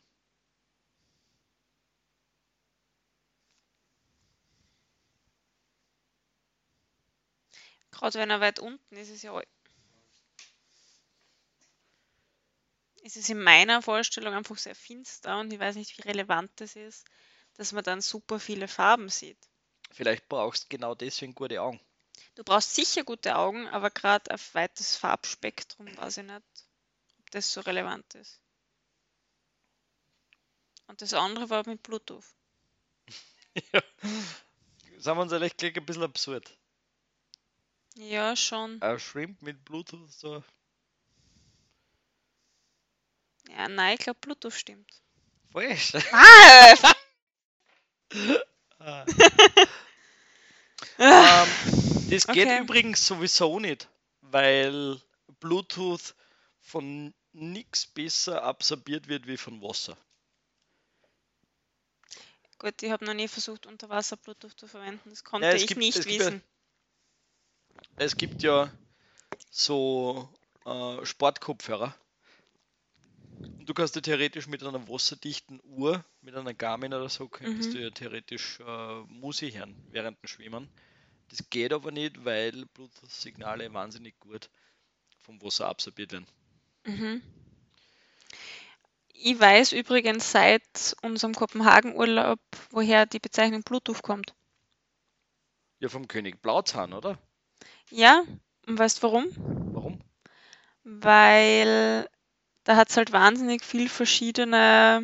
Gerade wenn er weit unten ist, ist es in meiner Vorstellung einfach sehr finster und ich weiß nicht, wie relevant das ist. dass man dann super viele Farben sieht. Vielleicht brauchst du genau deswegen gute Augen. Du brauchst sicher gute Augen, aber gerade auf weites Farbspektrum weiß ich nicht, ob das so relevant ist. Und das andere war mit Bluetooth. Ja. Sagen wir uns ehrlich gleich ein bisschen absurd. Ja, schon. Ein Shrimp mit Bluetooth, so. Ja, nein, ich glaube Bluetooth stimmt. Falsch. Ah! Ah. Ah, Das geht okay. übrigens sowieso nicht, weil Bluetooth von nichts besser absorbiert wird wie von Wasser. Gut, ich habe noch nie versucht, unter Wasser Bluetooth zu verwenden. Das Ja, konnte ich nicht wissen. es gibt ja so Sportkopfhörer. Und du kannst ja theoretisch mit einer wasserdichten Uhr, mit einer Garmin oder so, könntest du ja theoretisch Musik hören während dem Schwimmen. Das geht aber nicht, weil Bluetooth-Signale wahnsinnig gut vom Wasser absorbiert werden. Mhm. Ich weiß übrigens seit unserem Kopenhagen-Urlaub, woher die Bezeichnung Bluetooth kommt. Ja, vom König Blauzahn, oder? Ja, und weißt warum? Warum? Weil da hat es halt wahnsinnig viel verschiedene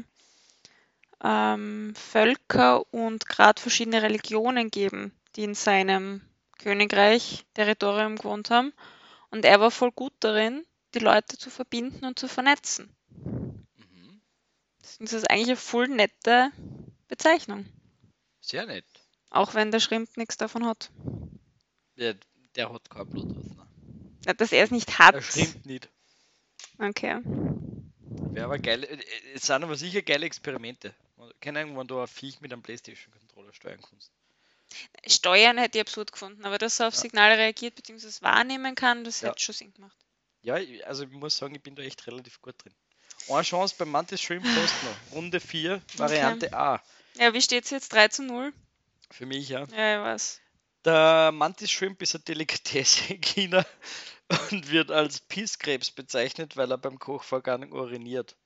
Völker und gerade verschiedene Religionen gegeben, die in seinem Königreich, Territorium gewohnt haben. Und er war voll gut darin, die Leute zu verbinden und zu vernetzen. Mhm. Deswegen ist das eigentlich eine voll nette Bezeichnung. Sehr nett. Auch wenn der Schrimp nichts davon hat. Ja, der hat kein Bluetooth. Ne? Ja, dass er es nicht hat. Er schrimmt nicht. Okay. Wäre aber geil. Es sind aber sicher geile Experimente. Keine Ahnung, wenn du ein Viech mit einem Playstation-Controller steuern kannst. Steuern hätte ich absurd gefunden, aber dass er auf Ja. Signale reagiert bzw. wahrnehmen kann, das Ja. hätte schon Sinn gemacht. Ja, also ich muss sagen, ich bin da echt relativ gut drin. Eine Chance beim Mantis Shrimp fast noch. Runde 4, Variante A. Ja, wie steht es jetzt? 3:0? Für mich, ja. Ja, ich weiß. Der Mantis Shrimp ist eine Delikatesse in China und wird als Pisskrebs bezeichnet, weil er beim Kochvorgang uriniert.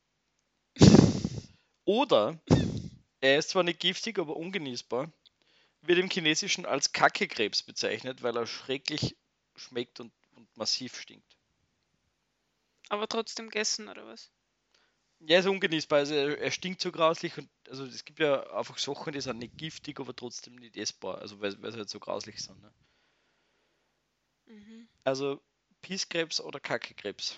Oder er ist zwar nicht giftig, aber ungenießbar, wird im Chinesischen als Kackekrebs bezeichnet, weil er schrecklich schmeckt und massiv stinkt. Aber trotzdem gegessen, oder was? Ja, ist ungenießbar, also er stinkt so grauslich und also es gibt ja einfach Sachen, die sind nicht giftig, aber trotzdem nicht essbar, also weil sie halt so grauslich sind. Ne? Mhm. Also Pisskrebs oder Kackekrebs?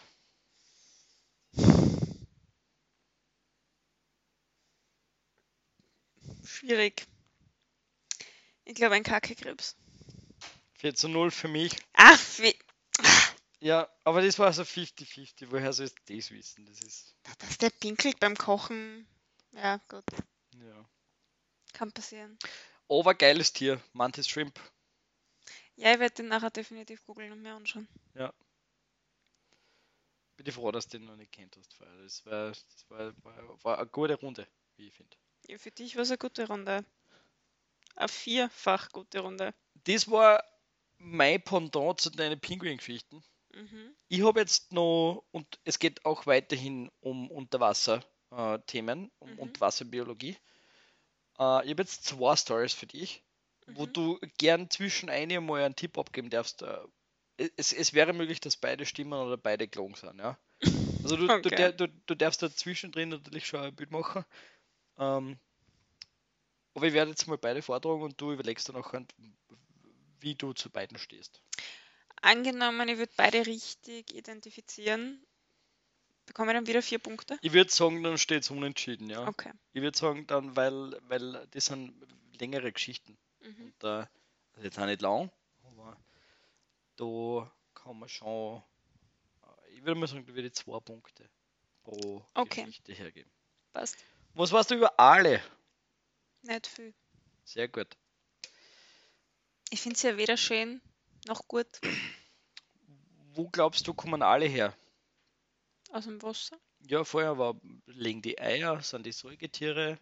Schwierig. Ich glaube ein Kackekrebs. 4:0 für mich. Ah, Ja, aber das war so 50-50. Woher sollst du das wissen? Das ist. dass der pinkelt beim Kochen. Ja, gut. Ja. Kann passieren. Aber geiles Tier, Mantis Shrimp. Ja, ich werde den nachher definitiv googeln und mir anschauen. Ja. Bin ich froh, dass du den noch nicht kennt hast vorher. Das war eine gute Runde, wie ich finde. Ja, für dich war es eine gute Runde. Eine vierfach gute Runde. Das war mein Pendant zu deinen Pinguin-Geschichten. Mhm. Ich habe jetzt noch, und es geht auch weiterhin um Unterwasser-Themen, um Unterwasserbiologie. Ich habe jetzt 2 Stories für dich, wo du gern zwischen einem mal einen Tipp abgeben darfst. Es wäre möglich, dass beide stimmen oder beide gelungen sind. Ja? Also Okay. du darfst da zwischendrin natürlich schon ein Bild machen. Aber ich werde jetzt mal beide vortragen und du überlegst dann auch, wie du zu beiden stehst. Angenommen, ich würde beide richtig identifizieren, bekomme ich dann wieder 4 Punkte? Ich würde sagen, dann steht es unentschieden, ja. Okay. Ich würde sagen, dann, weil das sind längere Geschichten. Mhm. Und also jetzt auch nicht lang, aber da kann man schon, ich würde mal sagen, da würde ich 2 Punkte pro Okay, Geschichte hergeben. passt. Was weißt du über Aale? Nicht viel. Sehr gut. Ich finde sie ja weder schön noch gut Wo glaubst du, kommen Aale her? aus dem Wasser. Ja, vorher legen die Eier, sind die Säugetiere?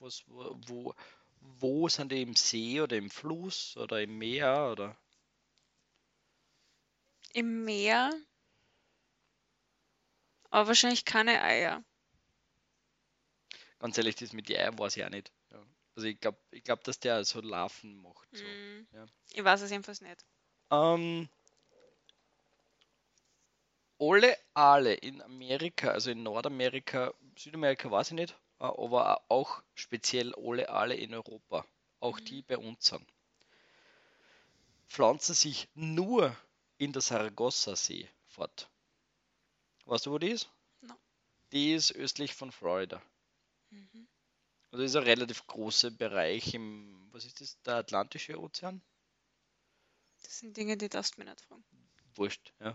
Wo sind die im See oder im Fluss oder im Meer? Oder? Im Meer, aber wahrscheinlich keine Eier. Ganz ehrlich, das mit den Eiern weiß ich auch nicht. Ja. Also ich glaub, dass der so Larven macht. So. Ja. Ich weiß es jedenfalls nicht. Ähm, alle Aale in Amerika, also in Nordamerika, Südamerika weiß ich nicht, aber auch speziell alle Aale in Europa, auch die bei uns sind, pflanzen sich nur in der Sargasso-See fort. Weißt du, wo die ist? No. Die ist östlich von Florida. Mhm. Also ist ein relativ großer Bereich was ist das, der Atlantische Ozean? Das sind Dinge, die darfst du mir nicht fragen. Wurscht, ja.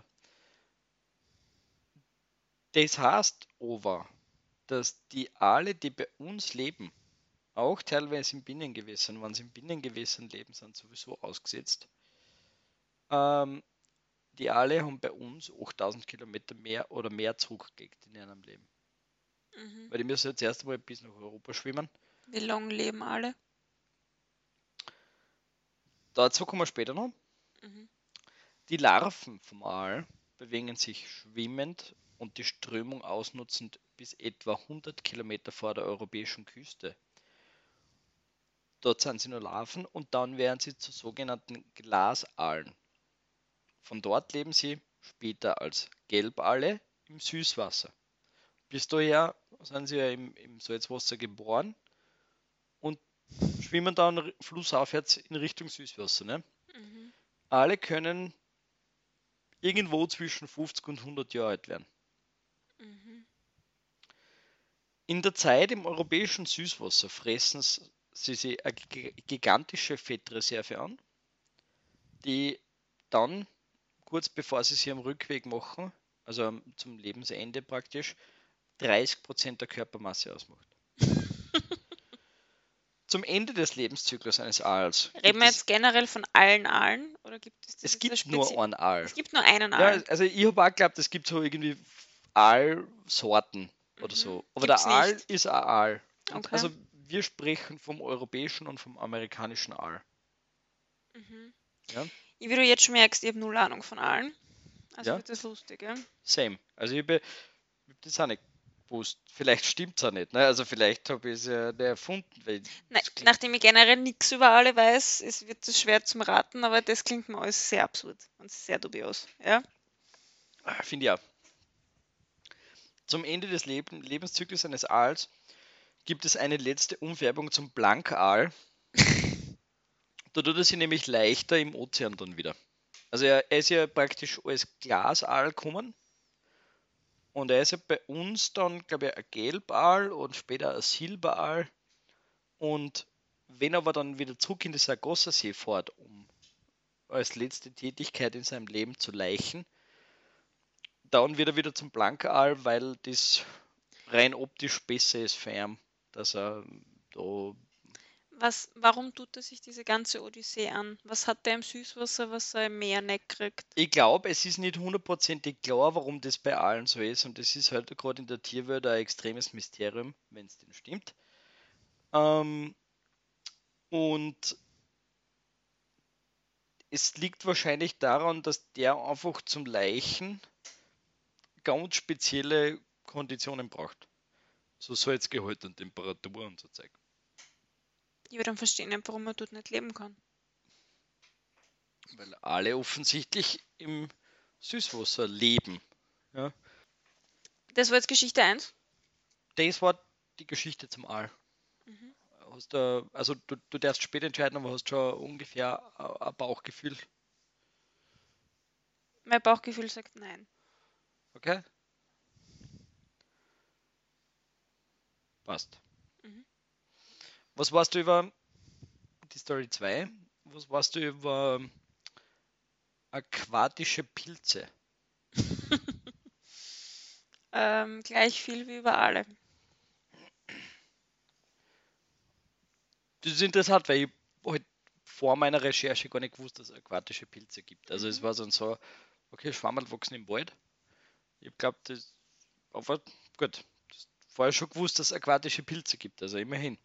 Das heißt aber, dass die Aale, die bei uns leben, auch teilweise in Binnengewässern, wenn sie in Binnengewässern leben, sind sowieso ausgesetzt. Ähm, die Aale haben bei uns 8000 Kilometer mehr oder mehr zurückgelegt in ihrem Leben. Mhm. Weil die müssen jetzt erst einmal bis nach Europa schwimmen. Wie lange leben alle? Dazu kommen wir später noch. Mhm. Die Larven vom Aal bewegen sich schwimmend und die Strömung ausnutzend bis etwa 100 Kilometer vor der europäischen Küste. Dort sind sie nur Larven und dann werden sie zu sogenannten Glasaalen. Von dort leben sie später als Gelbaale im Süßwasser. Bis daher sind sie ja im Salzwasser geboren und schwimmen dann flussaufwärts in Richtung Süßwasser. Ne? Mhm. Aale können irgendwo zwischen 50 und 100 Jahre alt werden. Mhm. In der Zeit im europäischen Süßwasser fressen sie eine gigantische Fettreserve an, die dann, kurz bevor sie sich am Rückweg machen, also zum Lebensende praktisch, 30% der Körpermasse ausmacht. Zum Ende des Lebenszyklus eines Aals Reden gibt wir es, jetzt generell von allen Aalen oder gibt es das es jetzt ein gibt nur einen Aal. Es gibt nur einen Ja, Aal. also ich habe auch geglaubt, es gibt so irgendwie Aalsorten oder Mhm. so. Aber der Gibt's Aal nicht. ist ein Aal. Und Okay. also wir sprechen vom europäischen und vom amerikanischen Aal. Mhm. Ja, Wie du jetzt schon merkst, ich habe null Ahnung von Aalen. Also ja, wird das lustig, ja? same. Also ich hab das auch nicht gewusst. Vielleicht stimmt es auch nicht. Ne? Also vielleicht habe ich es ja nicht erfunden, weil das klingt, Nachdem ich generell nichts über Aale weiß, wird es schwer zum Raten, aber das klingt mir alles sehr absurd und sehr dubios. Ja? finde ich auch. Zum Ende des Lebenszyklus eines Aals gibt es eine letzte Umfärbung zum Blankaal. Da tut er sich nämlich leichter im Ozean dann wieder. Also er ist ja praktisch als Glasaal gekommen und er ist ja bei uns dann, glaube ich, ein Gelbaal und später ein Silberaal. Und wenn er aber dann wieder zurück in die Sargassosee fährt, um als letzte Tätigkeit in seinem Leben zu laichen, dann wird er wieder zum Blankaal, weil das rein optisch besser ist für ihn, dass er da. Warum tut er sich diese ganze Odyssee an? Was hat er im Süßwasser, was er im Meer nicht kriegt? Ich glaube, es ist nicht hundertprozentig klar, warum das bei allen so ist. Und das ist halt gerade in der Tierwelt ein extremes Mysterium, wenn es denn stimmt. Ähm, und es liegt wahrscheinlich daran, dass der einfach zum Leichen ganz spezielle Konditionen braucht. So Salzgehalt und Temperatur und so Zeug. Ich würde dann verstehen, nicht, warum er dort nicht leben kann. Weil alle offensichtlich im Süßwasser leben. Ja. Das war jetzt Geschichte 1. Das war die Geschichte zum Aal. Mhm. Also du darfst später entscheiden, aber hast schon ungefähr ein Bauchgefühl. Mein Bauchgefühl sagt nein. Okay? Passt. Mhm. Was weißt du über die Story 2? Was weißt du über aquatische Pilze? Gleich viel wie über alle. Das ist interessant, weil ich halt vor meiner Recherche gar nicht gewusst, dass es aquatische Pilze gibt. Also es Mhm. war so, okay, Schwammerl wachsen im Wald. Ich glaube, das, aber gut, das vorher schon gewusst, dass es aquatische Pilze gibt, also immerhin.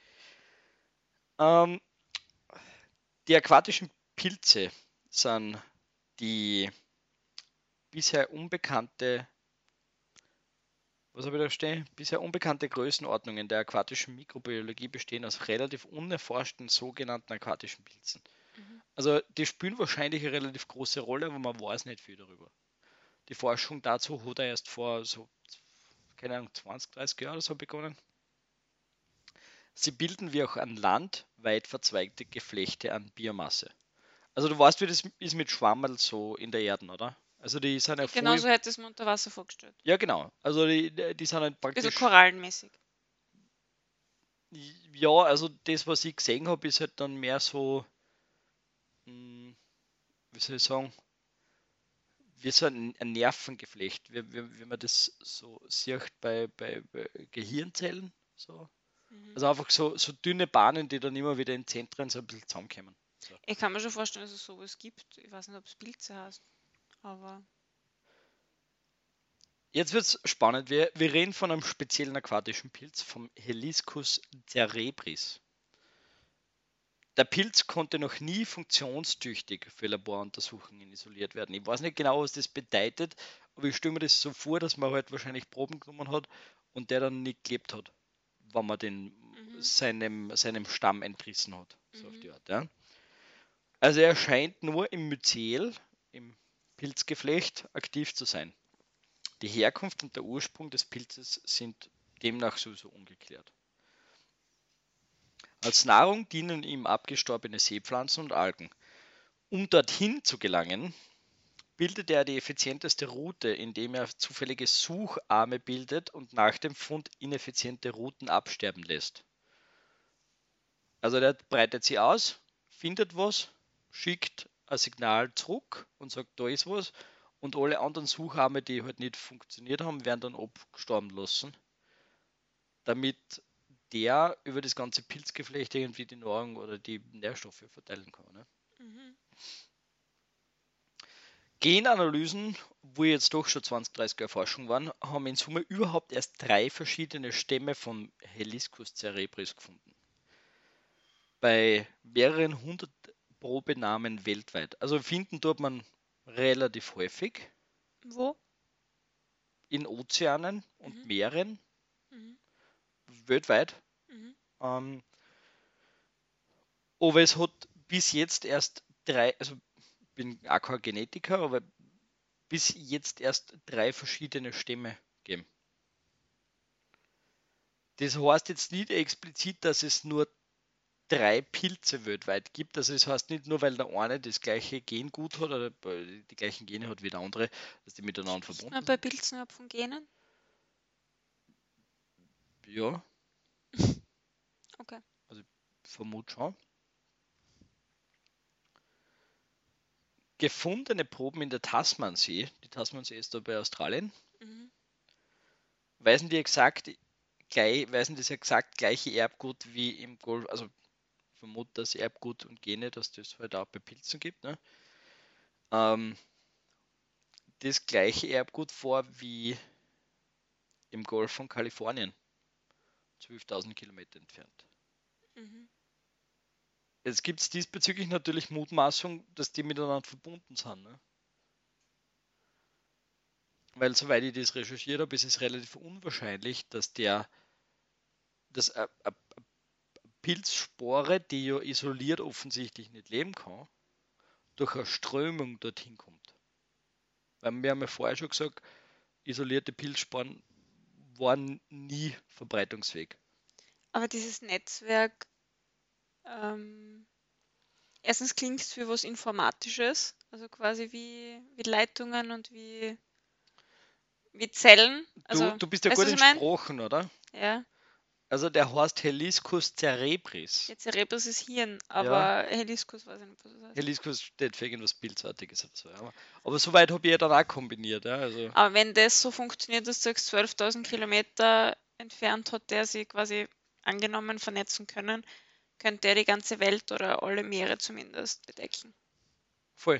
Ähm, die aquatischen Pilze sind die bisher unbekannte Was habe ich da stehen? Bisher unbekannte Größenordnungen der aquatischen Mikrobiologie bestehen aus relativ unerforschten sogenannten aquatischen Pilzen. Mhm. Also die spielen wahrscheinlich eine relativ große Rolle, aber man weiß nicht viel darüber. Die Forschung dazu hat er erst vor so, keine Ahnung, 20, 30 Jahren oder so begonnen. Sie bilden wie auch an Land weit verzweigte Geflechte an Biomasse. Also du weißt, wie das ist mit Schwammerl so in der Erde, oder? Also die sind ja voll. Genauso hätte ich es mir unter Wasser vorgestellt. Ja, genau. Also die sind halt Bisschen praktisch. korallenmäßig. Ja, also das, was ich gesehen habe, ist halt dann mehr so, wie soll ich sagen, wie so ein Nervengeflecht, wie man das so sieht bei Gehirnzellen. So. Mhm. Also einfach so dünne Bahnen, die dann immer wieder in Zentren so ein bisschen zusammenkommen. So. Ich kann mir schon vorstellen, dass es sowas gibt. Ich weiß nicht, ob es Pilze heißt, aber Jetzt wird es spannend. Wir reden von einem speziellen aquatischen Pilz, vom Heliscus cerebris. Der Pilz konnte noch nie funktionstüchtig für Laboruntersuchungen isoliert werden. Ich weiß nicht genau, was das bedeutet, aber ich stelle mir das so vor, dass man halt wahrscheinlich Proben genommen hat und der dann nicht gelebt hat, wenn man den mhm. seinem Stamm entrissen hat. So auf Mhm. die Art, ja. Also er scheint nur im Myzel, im Pilzgeflecht, aktiv zu sein. Die Herkunft und der Ursprung des Pilzes sind demnach sowieso ungeklärt. Als Nahrung dienen ihm abgestorbene Seepflanzen und Algen. Um dorthin zu gelangen, bildet er die effizienteste Route, indem er zufällige Sucharme bildet und nach dem Fund ineffiziente Routen absterben lässt. Also der breitet sie aus, findet was, schickt ein Signal zurück und sagt, da ist was. Und alle anderen Sucharme, die halt nicht funktioniert haben, werden dann abgestorben lassen, damit der über das ganze Pilzgeflecht irgendwie die Nahrung oder die Nährstoffe verteilen kann. Ne? Mhm. Genanalysen, wo jetzt doch schon 20, 30 Jahre Forschung waren, haben in Summe überhaupt erst 3 verschiedene Stämme von Heliscus cerebris gefunden. Bei mehreren hundert Probenamen weltweit. Also finden tut man relativ häufig Wo? in Ozeanen und Mhm. Meeren Mhm. weltweit. Mhm. Ähm, aber es hat bis jetzt erst 3, also ich bin auch kein Genetiker, aber bis jetzt erst 3 verschiedene Stämme gegeben. Das heißt jetzt nicht explizit, dass es nur 3 Pilze weltweit gibt. Also das heißt nicht nur, weil der eine das gleiche Gengut hat oder die gleichen Gene hat wie der andere, dass die miteinander Spricht man verbunden bei sind. Pilzen überhaupt von Genen? Ja, Okay. also ich vermute schon. Gefundene Proben in der Tasmansee, die Tasmansee ist da bei Australien, Mhm. weisen das exakt gleiche Erbgut wie im Golf, also ich vermute, dass Erbgut und Gene, dass das halt auch bei Pilzen gibt, ne? Ähm, das gleiche Erbgut vor wie im Golf von Kalifornien, 12.000 Kilometer entfernt. Mhm. Jetzt gibt es diesbezüglich natürlich Mutmaßung, dass die miteinander verbunden sind. Ne? Weil soweit ich das recherchiert habe, ist es relativ unwahrscheinlich, dass eine Pilzspore, die ja isoliert offensichtlich nicht leben kann, durch eine Strömung dorthin kommt. Weil wir haben ja vorher schon gesagt, isolierte Pilzsporen waren nie verbreitungsfähig. Aber dieses Netzwerk, erstens klingt es für was Informatisches, also quasi wie Leitungen und wie Zellen. Du, Also, du bist ja weißt du, gut was in ich meine? Sprachen, oder? Ja. Also der heißt Heliscus cerebris. Jetzt Cerebus ist Hirn, Ja, aber Heliscus weiß ich nicht, was das heißt. Heliscus steht für irgendwas Pilzartiges oder so. Ja. Aber soweit habe ich ja dann auch kombiniert. Ja. Also Aber wenn das so funktioniert, dass du sagst, 12.000 Kilometer entfernt hat der sie quasi angenommen vernetzen können, könnte er die ganze Welt oder alle Meere zumindest bedecken. voll.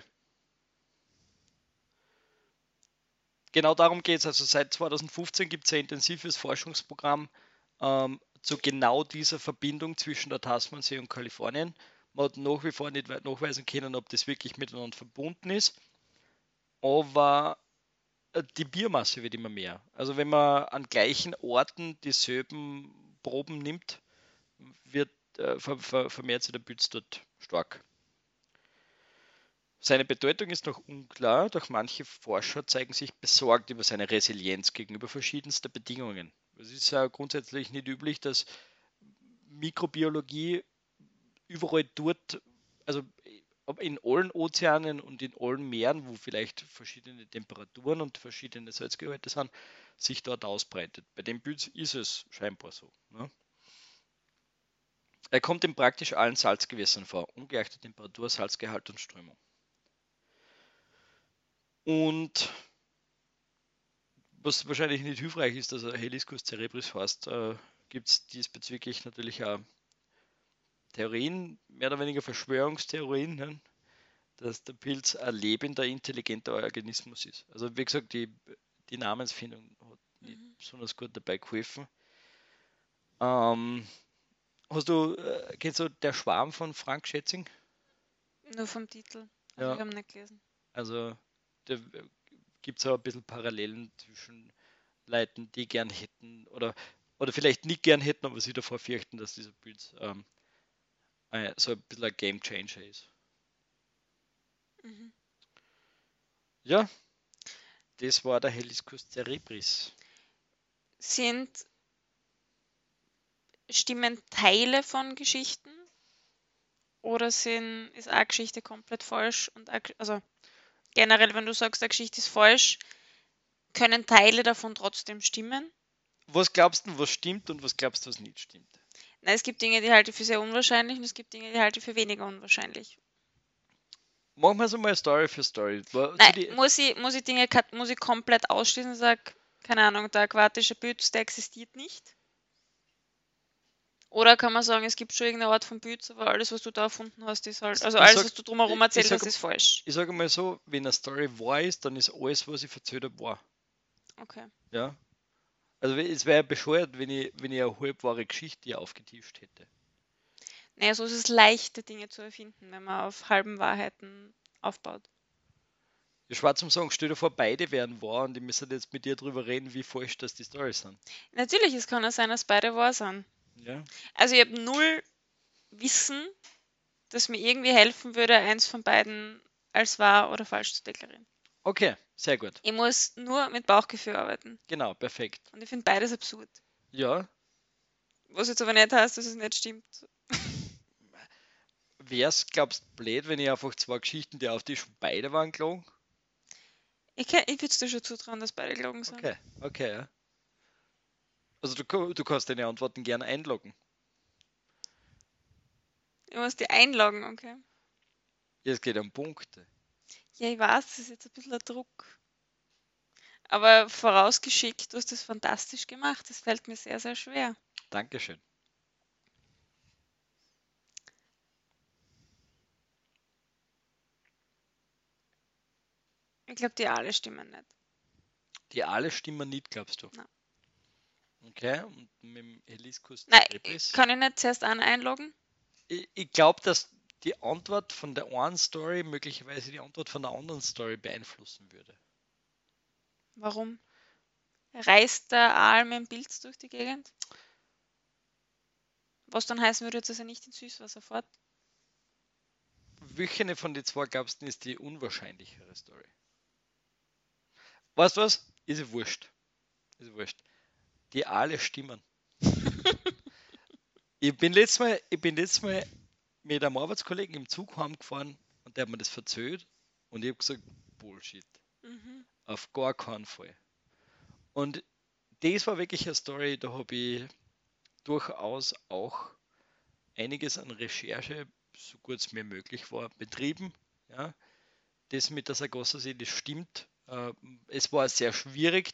Genau darum geht es. Also seit 2015 gibt es ein intensives Forschungsprogramm zu genau dieser Verbindung zwischen der Tasmansee und Kalifornien. Man hat nach wie vor nicht nachweisen können, ob das wirklich miteinander verbunden ist. Aber die Biomasse wird immer mehr. Also wenn man an gleichen Orten dieselben Proben nimmt, wird vermehrt sich der Pilz dort stark. Seine Bedeutung ist noch unklar, doch manche Forscher zeigen sich besorgt über seine Resilienz gegenüber verschiedensten Bedingungen. Es ist ja grundsätzlich nicht üblich, dass Mikrobiologie überall dort, also in allen Ozeanen und in allen Meeren, wo vielleicht verschiedene Temperaturen und verschiedene Salzgehalte sind, sich dort ausbreitet. Bei dem Pilz ist es scheinbar so. Ne? Er kommt in praktisch allen Salzgewässern vor, ungeachtet der Temperatur, Salzgehalt und Strömung. Und was wahrscheinlich nicht hilfreich ist, dass er Heliscus cerebris heißt, gibt es diesbezüglich natürlich auch Theorien, mehr oder weniger Verschwörungstheorien, ne? Dass der Pilz ein lebender, intelligenter Organismus ist. Also wie gesagt, die Namensfindung hat nicht besonders gut dabei geholfen. Ähm, kennst du Der Schwarm von Frank Schätzing? Nur vom Titel. Also Ja, ich habe nicht gelesen. also da gibt es auch ein bisschen Parallelen zwischen Leuten, die gern hätten oder vielleicht nicht gern hätten, aber sie davor fürchten, dass dieser Pilz so ein bisschen ein Game Changer ist. Mhm. Ja, das war der Heliscus cerebris. Stimmen Teile von Geschichten oder ist eine Geschichte komplett falsch? Also generell, wenn du sagst, eine Geschichte ist falsch, können Teile davon trotzdem stimmen? Was glaubst du, was stimmt und was glaubst du, was nicht stimmt? Nein, es gibt Dinge, die halte ich für sehr unwahrscheinlich und es gibt Dinge, die halte ich für weniger unwahrscheinlich. Machen wir so mal Story für Story. Nein, muss ich komplett ausschließen und sage, keine Ahnung, der aquatische Pilz, der existiert nicht? Oder kann man sagen, es gibt schon irgendeine Art von Pilz, aber alles, was du da erfunden hast, ist halt, also Ich alles, sag, was du drumherum erzählt hast, ist falsch. ich sage mal so, wenn eine Story wahr ist, dann ist alles, was ich erzählt habe, wahr. Okay. Ja? Also es wäre ja bescheuert, wenn ich eine halbwahre Geschichte hier aufgetischt hätte. Naja, so ist es leichte Dinge zu erfinden, wenn man auf halben Wahrheiten aufbaut. Ja, schwer zum Sagen, stell dir vor, beide wären wahr und ich müsste jetzt mit dir drüber reden, wie falsch das die Storys sind. Natürlich, es kann ja sein, dass beide wahr sind. Ja? Also ich habe null Wissen, das mir irgendwie helfen würde, eins von beiden als wahr oder falsch zu deklarieren. Okay, sehr gut. Ich muss nur mit Bauchgefühl arbeiten. Genau, perfekt. Und ich finde beides absurd. Ja, Was jetzt aber nicht heißt, dass es nicht stimmt. wär's, glaubst du, blöd, wenn ich einfach zwei Geschichten, die auf die schon beide waren, gelogen? Ich würde es dir schon zutrauen, dass beide gelogen sind. Okay, ja. Also du kannst deine Antworten gerne einloggen. Ich muss die einloggen, okay? Ja, es geht um Punkte. Ja, ich weiß, das ist jetzt ein bisschen ein Druck. Aber vorausgeschickt, du hast das fantastisch gemacht. Das fällt mir sehr, sehr schwer. Dankeschön. Ich glaube, die alle stimmen nicht. Die alle stimmen nicht, glaubst du? Nein. Okay, und mit dem Heliscus Nein, cerebris? kann ich nicht zuerst einloggen? Ich glaube, dass die Antwort von der einen Story möglicherweise die Antwort von der anderen Story beeinflussen würde. Warum? Reist der Aal mit dem Pilz durch die Gegend? Was dann heißen würde, dass er nicht ins Süßwasser fährt? Welche von den zwei glaubst du ist die unwahrscheinlichere Story? Weißt du was? Ist ja wurscht. Ist ja wurscht. Die alle stimmen. Ich bin letztes Mal mit einem Arbeitskollegen im Zug heimgefahren und der hat mir das verzählt und ich habe gesagt, Bullshit. Mhm. Auf gar keinen Fall. Und das war wirklich eine Story, da habe ich durchaus auch einiges an Recherche, so gut es mir möglich war, betrieben. Ja. Das mit der Sargasso-See, das stimmt. Es war sehr schwierig,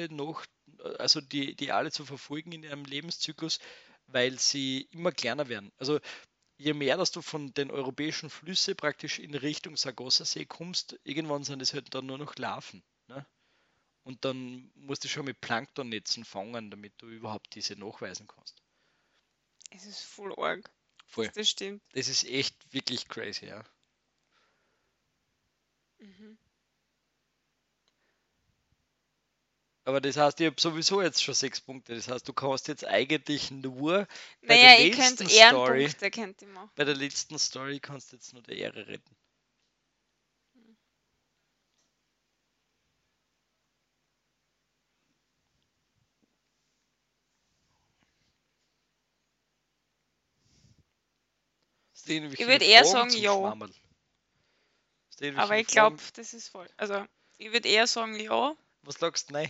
die alle zu verfolgen in ihrem Lebenszyklus, weil sie immer kleiner werden. Also je mehr, dass du von den europäischen Flüssen praktisch in Richtung Sargasso-See kommst, irgendwann sind es halt dann nur noch Larven. Ne? Und dann musst du schon mit Planktonnetzen fangen, damit du überhaupt diese nachweisen kannst. Es ist voll arg, Voll. dass das stimmt. Das ist echt wirklich crazy, ja. Mhm. Aber das heißt, ich habe sowieso jetzt schon 6 Punkte. Das heißt, du kannst jetzt eigentlich nur bei der Naja, ihr könnt letzten Story, Ehrenpunkte könnt ihr machen. bei der letzten Story kannst du jetzt nur die Ehre retten. Stehen wie Ich viele würde eher Fragen sagen zum ja, Schwammerl. Stehen wie aber viele ich glaube, Fragen. das ist voll. Also, ich würde eher sagen ja. Was sagst du? Nein.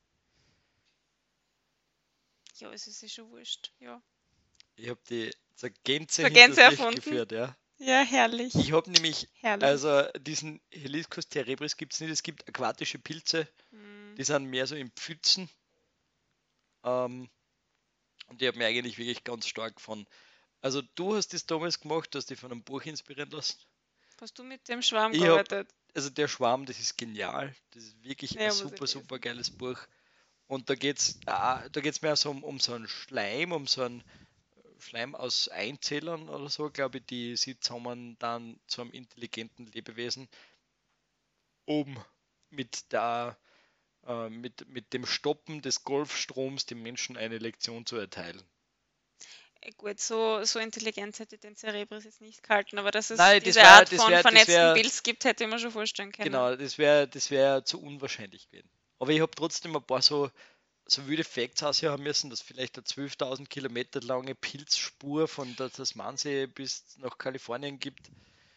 Ja, es ist ja schon wurscht. Ja. Ich habe die zur Gänze So hinters Gänse Licht erfunden. geführt, ja. Ja, herrlich. Ich habe nämlich, Herrlich. also diesen Heliscus cerebris gibt es nicht. Es gibt aquatische Pilze, Hm. die sind mehr so in Pfützen. Ähm, und ich habe mir eigentlich wirklich ganz stark von. Also du hast das damals gemacht, du hast dich von einem Buch inspirieren lassen. Hast du mit dem Schwarm Ich habe, gearbeitet? also der Schwarm, das ist genial. Das ist wirklich ein Ja, muss ich super, super lesen. geiles Buch. Und da geht's mehr so um so einen Schleim, um so einen Schleim aus Einzellern oder so, glaube ich, die sie zusammen dann zu einem intelligenten Lebewesen, um mit mit dem Stoppen des Golfstroms dem Menschen eine Lektion zu erteilen. Gut, so intelligent hätte ich den Cerebris jetzt nicht gehalten, aber dass es Nein, diese Art von vernetzten Pilz gibt, hätte ich mir schon vorstellen können. genau, das wäre zu unwahrscheinlich gewesen. Aber ich habe trotzdem ein paar so wilde Facts aushauen müssen, dass vielleicht eine 12.000 Kilometer lange Pilzspur von der Tasmansee bis nach Kalifornien gibt.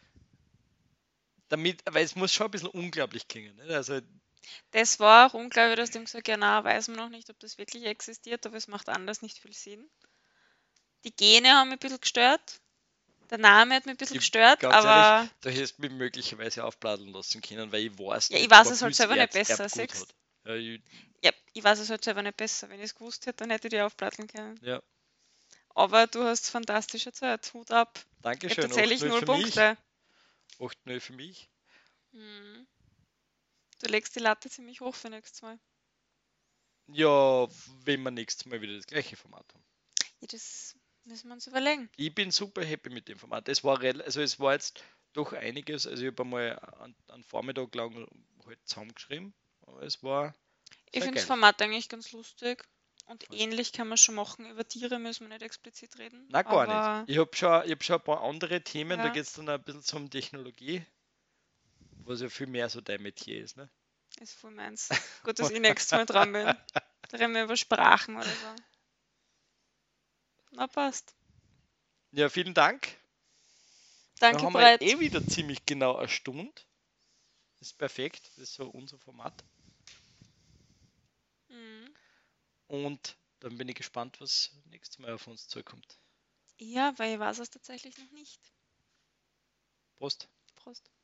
Damit, weil es muss schon ein bisschen unglaublich klingen. Nicht? Also, Das war auch unglaublich, dass dem gesagt, ja, na, weiß man noch nicht, ob das wirklich existiert, aber es macht anders nicht viel Sinn. Die Gene haben mich ein bisschen gestört. Der Name hat mich ein bisschen ich, gestört, ganz ehrlich, aber da hättest du mich möglicherweise aufbladen lassen können, weil ich weiß ja, ich nicht, ob weiß ein es halt Pilz selber nicht besser, Erbgut siehst. hat. Ja, Ja, ich weiß es halt selber nicht besser. Wenn ich es gewusst hätte, dann hätte ich die aufplatteln können. ja. Aber du hast fantastisch erzählt. Hut ab. Ich habe Dankeschön, tatsächlich 8-0 0 für mich. Punkte. 8-0 für mich. Hm. Du legst die Latte ziemlich hoch für nächstes Mal. Ja, wenn wir nächstes Mal wieder das gleiche Format haben. Ja, das müssen wir uns überlegen. Ich bin super happy mit dem Format. Es war jetzt doch einiges. Also ich habe einmal einen Vormittag lang halt zusammengeschrieben. Aber es war Ich sehr finde das geil. Format eigentlich ganz lustig. Und Voll. ähnlich kann man schon machen. Über Tiere müssen wir nicht explizit reden. Na gar nicht. Aber Ich hab schon ein paar andere Themen, da ja, geht es dann ein bisschen um Technologie, was ja viel mehr so dein Metier ist, ne? ist voll meins. Gut, dass ich nächstes Mal dran bin. Da reden wir über Sprachen oder so. Na, passt. Ja, vielen Dank. Dann Danke, haben wir Brett. wieder ziemlich genau eine Stunde. Das ist perfekt. Das ist so unser Format. Mhm. Und dann bin ich gespannt, was nächstes Mal auf uns zukommt. Ja, weil ich weiß es tatsächlich noch nicht. Prost. Prost.